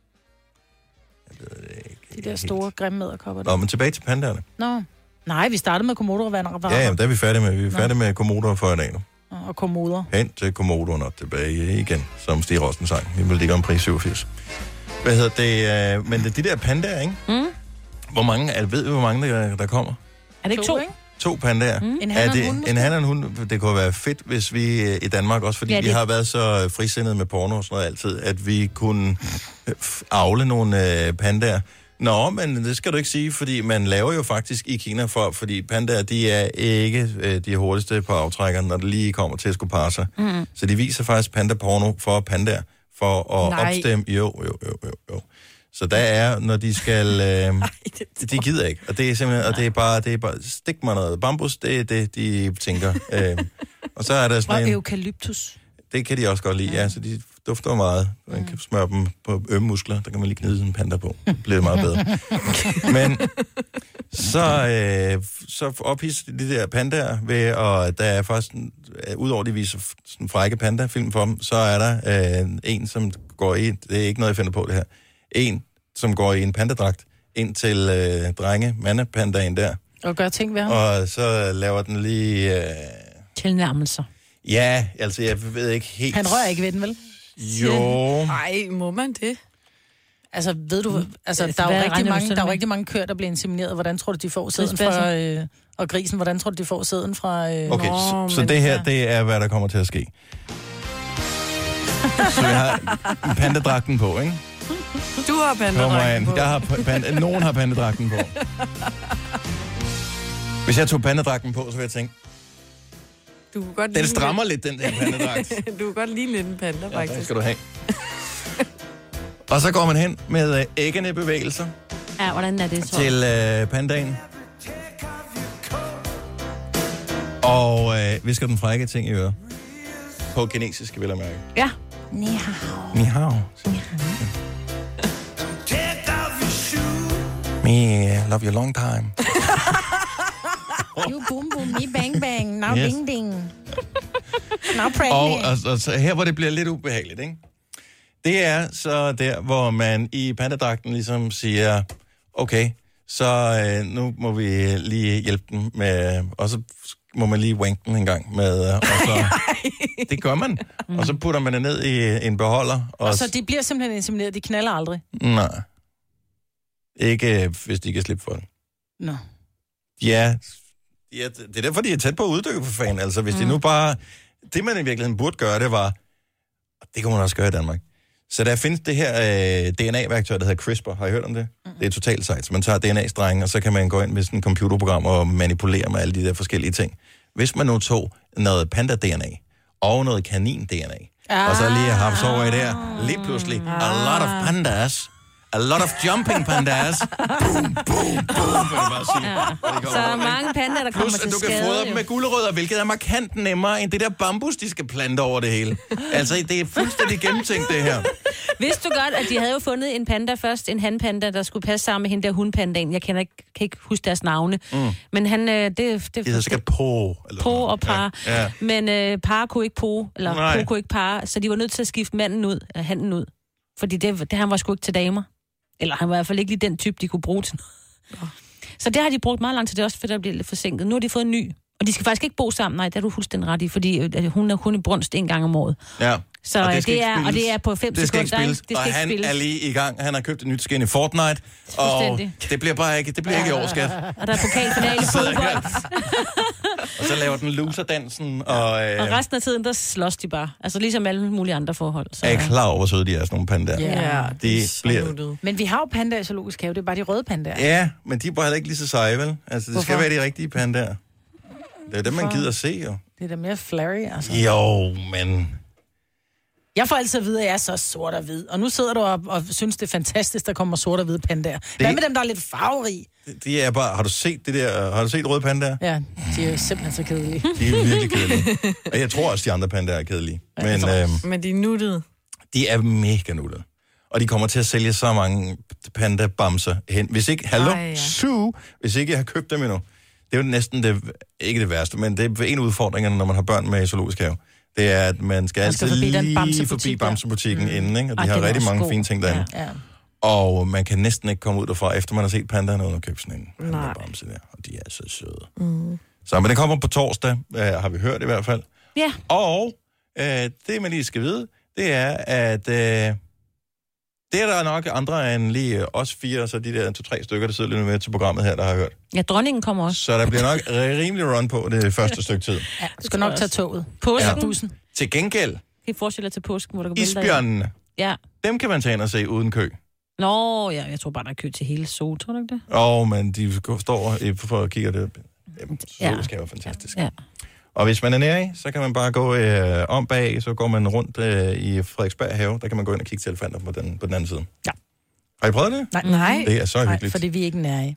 Jeg ved det ikke. De der store, grimme edderkopper. Nå, men tilbage til pandaerne. Nå. Nej, vi startede med komodovarer Ja, jamen, der er vi færdige med. Vi er færdige med komodoer for i dag nu. og komoder. Hen til komodoerne og tilbage igen, som Stig Rossen sang. Vi vil ligge omkring syvogfirs. Hvad hedder det? Øh, men det, de der pandaer, ikke? Mm. Hvor mange, er, ved vi, hvor mange der, der kommer? Er det ikke to? ikke? To pandaer. Mm. En Er han og en det, hund, måske? en han og en hund, det kunne være fedt, hvis vi øh, i Danmark også, fordi Ja, ja, det- vi har været så frisindede med porno og sådan noget altid, at vi kunne øh, f- avle nogle øh, pandaer. Nå, men det skal du ikke sige, fordi man laver jo faktisk i Kina for, fordi pandaer, de er ikke øh, de hurtigste på aftrækkerne, når det lige kommer til at skulle parre sig. Mm. Så de viser faktisk panda-porno for pandaer, for at Nej. opstemme. Jo, jo, jo, jo, jo. Så der er, når de skal... Øh, de gider ikke. Og det er simpelthen, og det er bare, det er bare stik mig noget bambus, det er det, de tænker. Øh, og så er der Og sådan en... eukalyptus. Det kan de også godt lide, ja, så de dufter meget. Man kan smøre dem på ømme muskler, der kan man lige gnide sådan en panda på. Det bliver meget bedre. Men så, øh, så ophidser de der pandaer ved, og der er faktisk, øh, udover de viser f- sådan en frække panda-film for dem, så er der øh, en, som går i, det er ikke noget, jeg finder på det her, en, som går i en pandadragt ind til øh, drenge, mandepandaen der, Og gør ting ved ham. og så laver den lige... Øh, Tilnærmelser. ja, altså jeg ved ikke helt... Han rører ikke ved den, vel? Jo... Ej, må man det? Altså, ved du, altså, Altså, der er hvad jo rigtig regner du mange, så der er jo med? rigtig mange køer, der bliver insemineret. Hvordan tror du, de får sæden Grisbasser. fra... Øh, og grisen, hvordan tror du, de får sæden fra... Øh, Okay, Nå, så, så men det her, ja. det er, hvad der kommer til at ske. Så jeg har pandadragten på, ikke? Du har Kommer pandadragten an. på. Jeg har pa- panda, nogen har pandadragten på. Hvis jeg tog pandadragten på, så ville jeg tænke, Du kunne godt den ligne strammer lidt, den der pandadragt. lidt- Du kan godt lide lidt en panda, Ja, faktisk. tak skal du have. Og så går man hen med øh, æggende bevægelser Ja, hvordan er det så? til øh, pandaen. Og øh, visker den frække ting i øret. På kinesisk, vil jeg mærke. Ja. Ni hao. Ni hao. Me love you long time. You boom boom, me bang bang, now Yes. ding ding. Now Og, pregnant. og, og så her, hvor det bliver lidt ubehageligt, ikke? Det er så der, hvor man i pandadragten ligesom siger, okay, så øh, nu må vi lige hjælpe dem med, og så må man lige wanke den en gang med, øh, og så, det gør man. Og så putter man det ned i en beholder. Og, Og så de bliver simpelthen insemineret, de knaller aldrig. Nej. Ikke, øh, hvis de kan slippe for det. Nå. Ja, ja, det er derfor, de er tæt på at uddø for fanden. Altså, hvis mm. de nu bare... Det, man i virkeligheden burde gøre, det var... Det kunne man også gøre i Danmark. Så der findes det her øh, D N A-værktøj, der hedder CRISPR. Har I hørt om det? Mm. Det er totalt sejt. Så man tager D N A-strenge, og så kan man gå ind med sådan et computerprogram og manipulere med alle de der forskellige ting. Hvis man nu tog noget panda-D N A og noget kanin-D N A, ah. og så lige har haft over i der, lige pludselig, a lot of pandas A lot of jumping pandas. Boom, boom, boom. Ja. Så er mange pandaer, der kommer Plus, til at du kan skade. fodre dem med gulerødder, hvilket er markant nemmere end det der bambus, de skal plante over det hele. Altså, det er fuldstændig gennemtænkt, det her. Vidste du godt, at de havde jo fundet en panda først, en hanpanda, der skulle passe sammen med hende der hundpandaen. Jeg kender ikke, kan ikke huske deres navne. Mm. Men han, øh, det... det de hedder sikkert Po. Eller Po og par. Ja, ja. Men øh, par kunne ikke Po, eller Nej. Po kunne ikke par, så de var nødt til at skifte manden ud, eller handen ud. Fordi det, det, han var sgu ikke til damer. Eller han var i hvert fald ikke lige den type, de kunne bruge til noget. Oh. Så det har de brugt meget lang tid, det er også fordi, der bliver lidt forsinket. Nu har de fået en ny. Og de skal faktisk ikke bo sammen, nej, det er du fuldstændig ret i, fordi hun er kun i brunst en gang om året. Ja. Så og det, det er, og det er på fem det skal sekunder. ikke spilles. Det skal og ikke han spilles. er lige i gang. Han har købt et nyt skin i Fortnite. Og det bliver bare ikke, det bliver ikke i år, skat. Og der er pokalfinale i fodbold. Og så laver den loserdansen. Og, øh, og resten af tiden, der slås de bare. Altså ligesom alle mulige andre forhold. Så. er I klar over, hvor søde de er, sådan nogle pandaer? Ja, de bliver... Men vi har jo pandaer i zoologisk have, det er bare de røde pandaer. Ja, men de er bare heller ikke lige så seje, vel? Altså, det Hvorfor? skal være de rigtige pandaer. Det er dem, man gider at se, jo. Det er da mere flary, altså. Jo, men... Jeg får altid at vide, at jeg er så sort og hvid. Og nu sidder du og, og synes, det er fantastisk, der kommer sort og hvide pandaer. Det... Hvad med dem, der er lidt farverige? De er bare... Har du set det der... Har du set røde pandaer? Ja, de er jo simpelthen så kedelige. De er virkelig kedelige. Og jeg tror også, de andre pandaer er kedelige. Men, øhm, Men de er nuttede. de er mega nuttede. Og de kommer til at sælge så mange panda-bamser hen. Hvis ikke... Hallo? Ej, ja. Su! Hvis ikke jeg har købt dem endnu. Det er jo næsten det... Ikke det værste, men det er en af udfordringerne, når man har børn med i zoologisk have. Det er, at man skal, Man skal altid forbi den lige bamsebutik forbi der. bamsebutikken mm. inden, ikke? Og de Ej, har den er rigtig også mange god. fine ting derinde. Ja, ja. Og man kan næsten ikke komme ud derfra, efter man har set pandaerne uden at købe sådan en panda-bamse der. Og de er så søde. Mm. Så, men det kommer på torsdag, øh, har vi hørt i hvert fald. Ja. Og øh, det, man lige skal vide, det er, at øh, det er der nok andre end lige øh, os fire, så de der to-tre stykker, der sidder lidt med til programmet her, der har hørt. Ja, dronningen kommer også. Så der bliver nok rimelig run på det første stykke tid. Ja, du skal nok tage toget. Påsken. Ja. Bussen. Til gengæld, Det forestiller til påsken, hvor der kan melde dig ind. isbjørnene, Ja. dem kan man tage ind og se uden kø. Nå, ja, jeg tror bare, der er kø til hele Zoo, tror du ikke det? Og men de står i- for at kigge det. Jamen, Ja. det skal være fantastisk. Ja. Og hvis man er nær i, så kan man bare gå øh, om bag, så går man rundt øh, i Frederiksberg Have. Der kan man gå ind og kigge til elefanter på den, på den anden side. Ja. Har I prøvet det? Nej. Nej. Det er så hyggeligt. Nej, fordi vi er ikke nære i.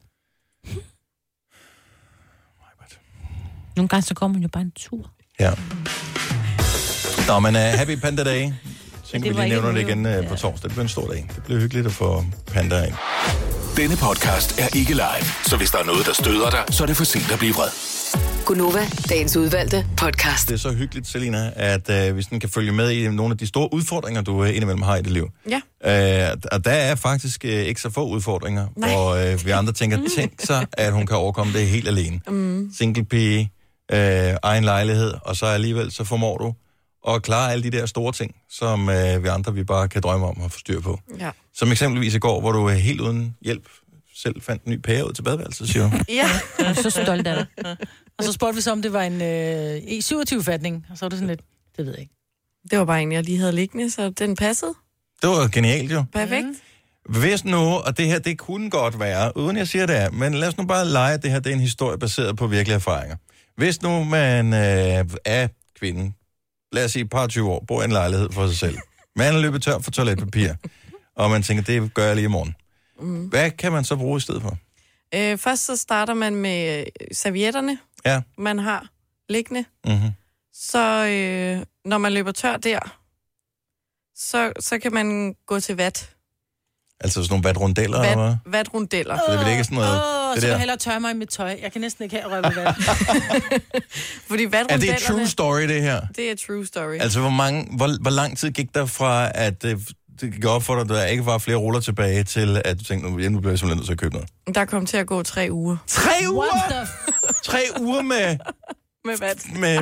Nogle gange så går man jo bare en tur. Ja. Nå, men uh, Happy Panda Day. Jeg tænker, det vi var lige ikke nævner det en igen uh, på torsdag. Det bliver en stor dag. Det bliver hyggeligt at få pandaer ind. Denne podcast er ikke live, så hvis der er noget, der støder dig, så er det for sent at blive vred. Gunova, dagens udvalgte podcast. Det er så hyggeligt, Selina, at uh, vi sådan kan følge med i nogle af de store udfordringer, du uh, indimellem har i dit liv. Ja. Uh, og der er faktisk uh, ikke så få udfordringer, Nej. hvor uh, vi andre tænker, tænk sig, at hun kan overkomme det helt alene. Mm. Single pige, uh, egen lejlighed, og så alligevel så formår du at klare alle de der store ting, som uh, vi andre vi bare kan drømme om at få styr på. Ja. Som eksempelvis i går, hvor du uh, helt uden hjælp selv fandt en ny pære ud til badeværelset, siger du. Ja. Jeg er så stolt af det. Og så spurgte vi så, om det var en øh, E syvogtyve-fatning. Og så var det sådan lidt, det ved jeg ikke. Det var bare en, jeg lige havde liggende, så den passede. Det var genialt jo. Perfekt. Mm. Hvis nu, og det her, det kunne godt være, uden jeg siger det er, men lad os nu bare lege, at det her det er en historie baseret på virkelige erfaringer. Hvis nu man øh, er kvinden, lad os sige et par tyve år, bor i en lejlighed for sig selv. Man er løbet tør for toiletpapir, og man tænker, det gør jeg lige i morgen. Mm. Hvad kan man så bruge i stedet for? Øh, først så starter man med øh, servietterne, Ja. man har liggende. Mm-hmm. Så øh, når man løber tør der, så, så kan man gå til vat. Altså sådan nogle vatrundeller, eller hvad? Vat, vatrundeller. Så det er vel ikke sådan noget... Åh, det så vil der. jeg hellere tørre mig i mit tøj. Jeg kan næsten ikke have røve ved vand. Fordi Er det vatrundellerne... et true story, det her? Det er true story. Altså, hvor, mange, hvor, hvor lang tid gik der fra, at øh, det gik op for dig, at der ikke var flere ruller tilbage, til at du tænkte, nu bliver jeg simpelthen nødt til at købe noget? Der kom til at gå tre uger. Tre uger? Tre uger med... Med vat. med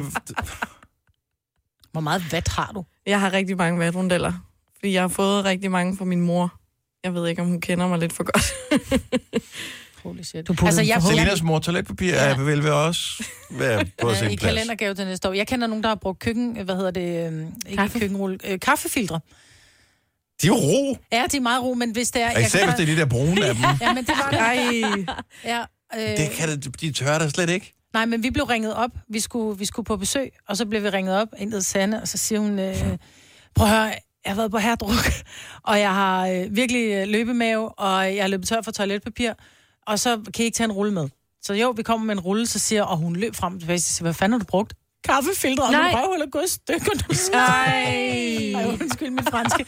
Hvor meget vat har du? Jeg har rigtig mange vatrundeller. Fordi jeg har fået rigtig mange fra min mor. Jeg ved ikke, om hun kender mig lidt for godt. Holy shit. Du altså, jeg, Selinas mor toiletpapir ja. er vel ved også være på øh, sin i plads. kalendergave til næste år. Jeg kender nogen, der har brugt køkken... Hvad hedder det? Øh, ikke Kaffe. køkkenrulle. Øh, kaffefiltre. De er jo ro. Ja, de er meget ro, men hvis det er... Og især hvis det er de der brune af dem. Ja, men det var det. Ej. Ja, øh, Det kan det, de tør der slet ikke. Nej, men vi blev ringet op. Vi skulle, vi skulle på besøg, og så blev vi ringet op ind til Sanne, og så siger hun... Øh, prøv at høre, jeg har været på herredruk, og jeg har øh, virkelig løbemave, og jeg har løbet tør for toiletpapir, og så kan I ikke tage en rulle med. Så jo, vi kommer med en rulle, så siger og hun løb frem tilbage, så siger, hvad fanden har du brugt? Kaffefiltre, og min røvhul er gået i stykker, du siger. Ej, undskyld mit franske.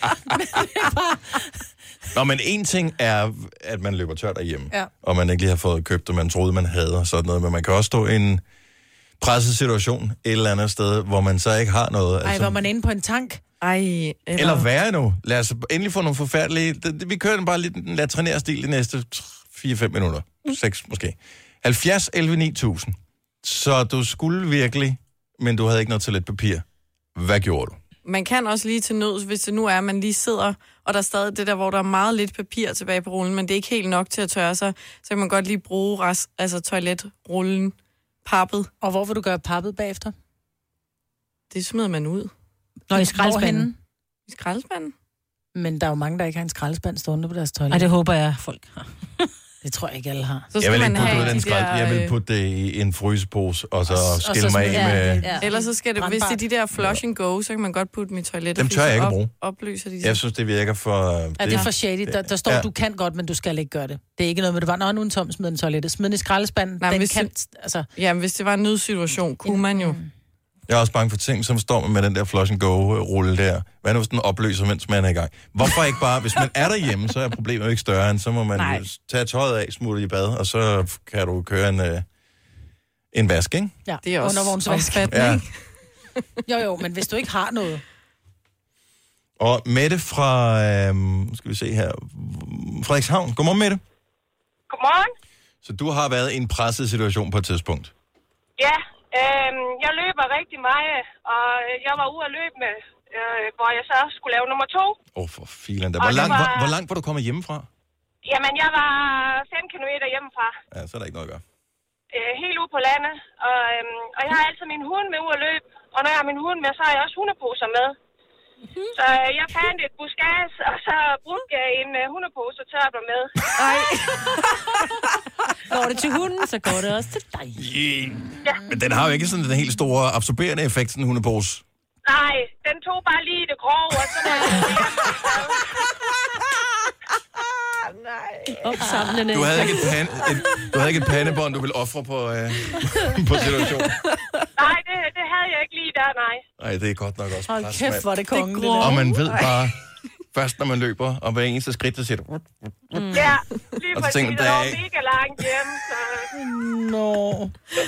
Nå, men en ting er, at man løber tør derhjemme, ja. og man ikke lige har fået købt det, man troede, man havde, og sådan noget, men man kan også stå i en presset situation et eller andet sted, hvor man så ikke har noget. Ej, altså, hvor man er inde på en tank. Ej, eller... eller værre nu. Lad os endelig få nogle forfærdelige... Vi kører den bare lidt en latrinær-stil de næste fire fem minutter. seks måske. halvfjerds elleve ni tusind. Så du skulle virkelig, men du havde ikke noget toiletpapir. Hvad gjorde du? Man kan også lige til nøds, hvis det nu er, at man lige sidder, og der er stadig det der, hvor der er meget lidt papir tilbage på rullen, men det er ikke helt nok til at tørre sig, så kan man godt lige bruge rest, altså toiletrullen, pappet. Og hvor vil du gøre pappet bagefter? Det smider man ud. Nå, i skraldespanden. I skraldespanden? Men der er jo mange, der ikke har en skraldespand stående på deres toilet. Ej, det håber jeg, folk har. Det tror jeg ikke, alle har. Så jeg vil ikke putte det i den skrald. Jeg vil putte det i en frysepose, og så og, skille og så mig af med... Ja. Ellers så skal det, hvis det er de der flush and go, så kan man godt putte dem i toilettet. Dem tør jeg ikke at bruge. Op, opløser de. Jeg synes, det virker for... Ja, det er for shady. Der, der står, ja. Du kan godt, men du skal ikke gøre det. Det er ikke noget med, det var, nå, nu en tom, smid den i toilettet. Smid den i skraldespanden. Nej, den hvis kan... Det, altså... Ja, men hvis det var en nødsituation, kunne man jo... Jeg er også bange for ting, som står med den der flush and go-rulle der. Hvad nu, hvis den opløser, mens man er i gang? Hvorfor ikke bare, hvis man er derhjemme, så er problemet ikke større, end så må man Nej. tage tøjet af, smutte i bad, og så kan du køre en, øh, en vask, ikke? Ja, det er også undervognsvask. Ja. Jo, jo, men hvis du ikke har noget. Og Mette fra, øh, skal vi se her, Frederikshavn. Godmorgen, Mette. Godmorgen. Så du har været i en presset situation på et tidspunkt? Ja. Øhm, jeg løber rigtig meget, og jeg var ude at løbe med, øh, hvor jeg så skulle lave nummer to. Åh, oh, for filen da. Hvor, langt, var... hvor, hvor langt var du kommet hjemmefra? Jamen, jeg var fem kilometer hjemmefra. Ja, så er der ikke noget at gøre. Øh, helt ude på landet, og, øhm, og jeg har altid min hund med ude at løbe. Og når jeg har min hund med, så har jeg også hundeposer med. Mm-hmm. Så øh, jeg fandt et buskads, og så brugte jeg en øh, hundepose og tørte mig med. Ej. Går det til hunden, så går det også til dig. Yeah. Ja. Men den har jo ikke sådan den helt store absorberende effekt, sådan en hundepose. Nej, den tog bare lige det grove, og så var Nej. Opsamlende. Du havde ikke et, pan, et, du havde ikke et pandebånd, du ville ofre på, øh, på situationen. Nej, det, det havde jeg ikke lige der, nej. Nej, det er godt nok også Hold pres, kæft, hvor er det kongen, det, det Og man ved bare, først når man løber, og hver eneste skridt, så siger du... Mm. Ja, lige præcis. Tænker, det var mega langt hjem, så... Nå.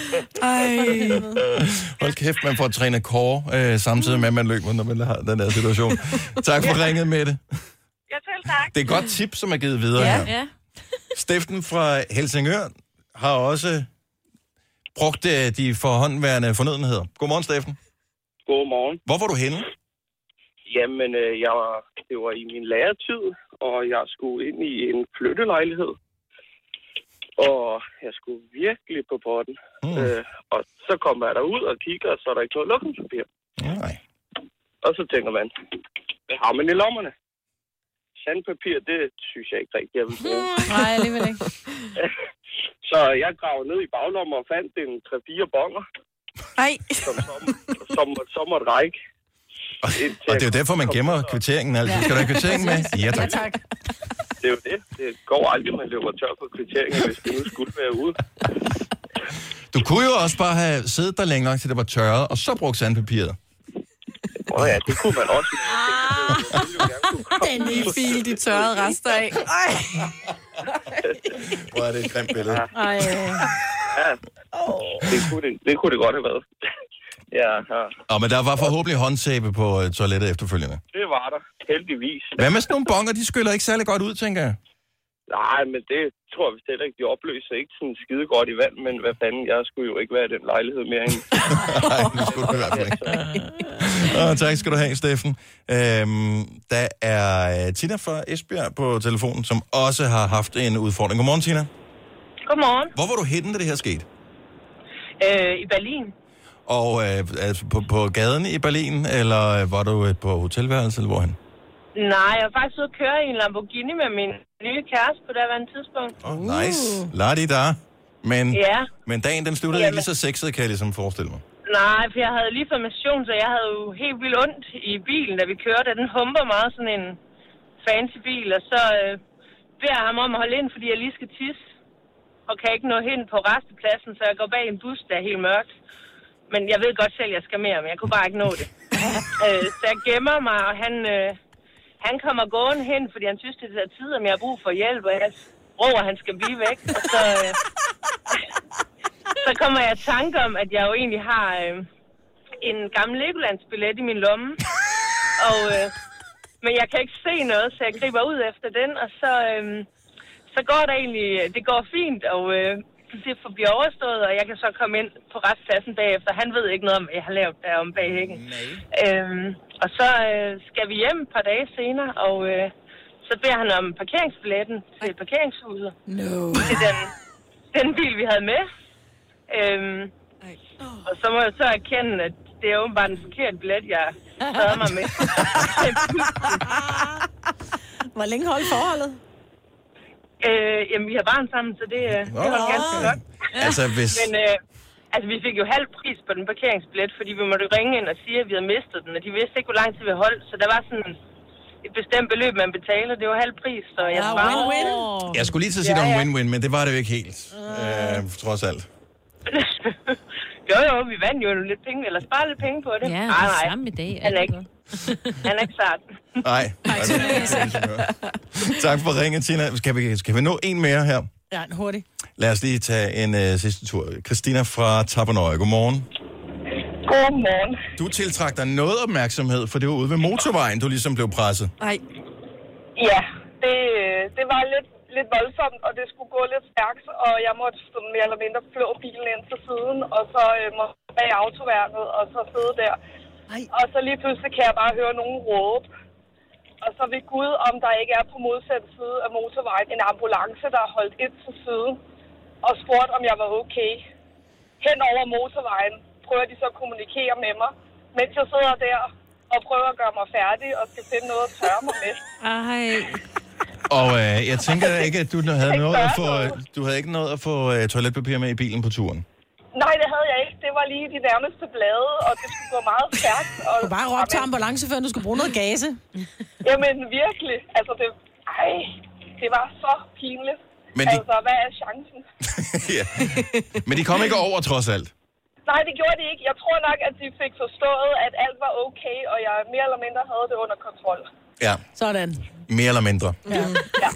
Ej. Hold kæft, man får trænet core, øh, samtidig med, at man løber, når man har den der situation. Tak for ringet, Mette. Ja, selv tak. Det er et godt tip, som er givet videre ja, her. Ja. Steffen fra Helsingør har også brugt øh, de forhåndværende fornødenheder. Godmorgen, Steffen. Godmorgen. Hvor var du henne? Jamen, øh, jeg var, det var i min læretid, og jeg skulle ind i en flyttelejlighed. Og jeg skulle virkelig på potten. Mm. Øh, og så kommer jeg derud og kigger, og så er der ikke noget lukningspapir. Nej. Og så tænker man, hvad har man i lommerne? Sandpapir, det synes jeg ikke rigtig, jeg vil bruge. Nej, alligevel ikke. Så jeg gravede ned i baglommen og fandt en tre fire bonger. Nej. Som, som, som, som måtte række. Og, og det er jo derfor, man gemmer kvitteringen. Altså. Ja. Skal du have kvitteringen med? Ja, tak. Ja, tak. Det er jo det. Det går aldrig, man løber tør på kvitteringen, hvis det nu skulle være ude. Du kunne jo også bare have siddet der længere, til det var tørret, og så brugt sandpapiret. Åh oh ja, det kunne man også. Ah, den er fil, de tørrede rester af. Ej. Hvor er det et grimt billede. Ej. Ja, det kunne det, det kunne det godt have været. Ja, ja. Og men der var forhåbentlig håndsæbe på uh, toilettet efterfølgende. Det var der, heldigvis. Hvad med sådan nogle bonger? De skyller ikke særlig godt ud, tænker jeg. Nej, men det tror jeg heller ikke, de opløser ikke sådan skide godt i vand, men hvad fanden, jeg skulle jo ikke være i den lejlighed mere end. Nej, det skulle du i hvert fald ikke. Åh, tak skal du have, Steffen. Øhm, der er Tina fra Esbjerg på telefonen, som også har haft en udfordring. Godmorgen, Tina. Godmorgen. Hvor var du henne, da det her skete? Øh, I Berlin. Og øh, altså på, på gaden i Berlin, eller var du på hotelværelse, eller hvorhen? Nej, jeg var faktisk ude at køre i en Lamborghini med min nye kæreste på det her tidspunkt. Oh, nice. Lad det der. Men, ja. men dagen, den sluttede Jamen. ikke lige så sexet, kan jeg ligesom forestille mig. Nej, for jeg havde lige formation, så jeg havde jo helt vildt ondt i bilen, da vi kørte. Den humper meget sådan en fancy bil, og så øh, beder jeg ham om at holde ind, fordi jeg lige skal tisse. Og kan ikke nå hen på restepladsen, så jeg går bag en bus, der er helt mørkt. Men jeg ved godt selv, at jeg skal mere, men jeg kunne bare ikke nå det. øh, så jeg gemmer mig, og han, øh, han kommer gående hen, fordi han synes, det er tid, om jeg har brug for hjælp, og jeg råber, at han skal blive væk. Og så, øh, så kommer jeg i tanke om, at jeg jo egentlig har øh, en gammel Legolands-billet i min lomme. Og, øh, men jeg kan ikke se noget, så jeg griber ud efter den, og så... Øh, Så går det egentlig, det går fint, og øh, det bliver overstået, og jeg kan så komme ind på retspladsen bagefter. Han ved ikke noget om, hvad jeg har lavet derom bag hækken. Øhm, og så øh, skal vi hjem et par dage senere, og øh, så beder han om parkeringsbilletten til parkeringshuset. No. Til den, den bil, vi havde med. Øhm, og så må jeg så erkende, at det er åbenbart en forkert billet, jeg sad mig med. Hvor længe holdt forholdet? Øh, jamen, vi har barn sammen, så det, øh, det var ganske godt. Altså, hvis... Men øh, altså, vi fik jo halv pris på den parkeringsbillet, fordi vi måtte ringe ind og sige, at vi havde mistet den, og de vidste ikke, hvor lang tid vi holdt. Så der var sådan et bestemt beløb, man betaler. Det var halv pris, så jeg ja, svarede... win-win. Jeg skulle lige til at sige, ja, det var en win-win, men det var det jo ikke helt. Øh, trods alt. jo, jo, vi vandt jo lidt penge, eller sparede lidt penge på det. Ja, nej, det nej. samme i dag. Han er ikke, han er ikke sart. Nej. Tak for ringen, Tina. Skal vi, skal vi nå en mere her? Ja, hurtigt. Lad os lige tage en uh, sidste tur. Christina fra Tappernøje, godmorgen. Godmorgen. Du tiltrak dig noget opmærksomhed, for det var ude ved motorvejen, du ligesom blev presset. Nej. Ja, det, det var lidt, lidt voldsomt, og det skulle gå lidt stærkt, og jeg måtte sådan mere eller mindre flå bilen ind til siden, og så øh, måtte jeg bag autoværnet, og så sidde der. Ej. Og så lige pludselig kan jeg bare høre nogen råbe. Og så ved Gud, om der ikke er på modsatte side af motorvejen en ambulance, der har holdt ind til siden og spurgt, om jeg var okay. Hen over motorvejen prøver de så at kommunikere med mig, mens jeg sidder der og prøver at gøre mig færdig og skal finde noget at tørre mig med. Ej. Og øh, jeg tænker ikke, at du havde noget at få, du havde ikke noget at få uh, toiletpapir med i bilen på turen. Nej, det havde jeg ikke. Det var lige de nærmeste blade, og det skulle gå meget stærkt. Og... Du bare råbte til ambulanceføren, du skulle bruge noget gase. Jamen, virkelig. Altså, det... Ej, det var så pinligt. Men de... Altså, hvad er chancen? ja. Men de kom ikke over, trods alt? Nej, det gjorde de ikke. Jeg tror nok, at de fik forstået, at alt var okay, og jeg mere eller mindre havde det under kontrol. Ja. Sådan. Mere eller mindre. Ja. ja.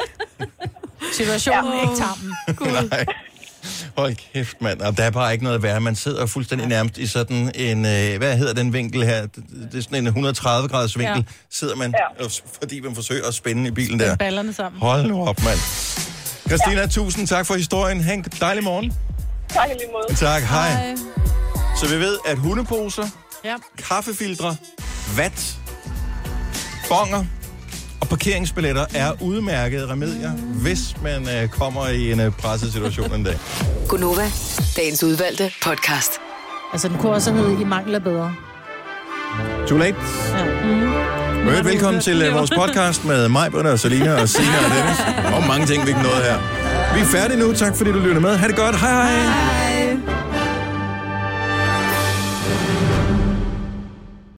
Situationen ja. Ikke tarmen. Nej. Hold kæft, mand. Og der er bare ikke noget værre. Man sidder fuldstændig nærmest i sådan en... Øh, hvad hedder den vinkel her? Det er sådan en et hundrede og tredive graders vinkel. Ja. Sidder man, ja. øh, fordi man forsøger at spænde i bilen der. Ballerne sammen. Hold nu op, mand. Christina, ja. tusind tak for historien. Ha' en dejlig morgen. Tak i lige måde. Tak, hej. hej. Så vi ved, at hundeposer, ja. kaffefiltre, vat, bonger og parkeringsbilletter er udmærkede remedier, hvis man øh, kommer i en øh, presset situation en dag. Gunova, dagens udvalgte podcast. Altså, den kunne også hedde, I mangler bedre. Too late. Ja. Mm. Øvrigt, velkommen til uh, vores podcast med mig, Britta, og Selina og Sina og Dennis. Og mange ting, vi ikke nåede her. Vi er færdige nu. Tak fordi du lytter med. Ha' det godt. Hej hej.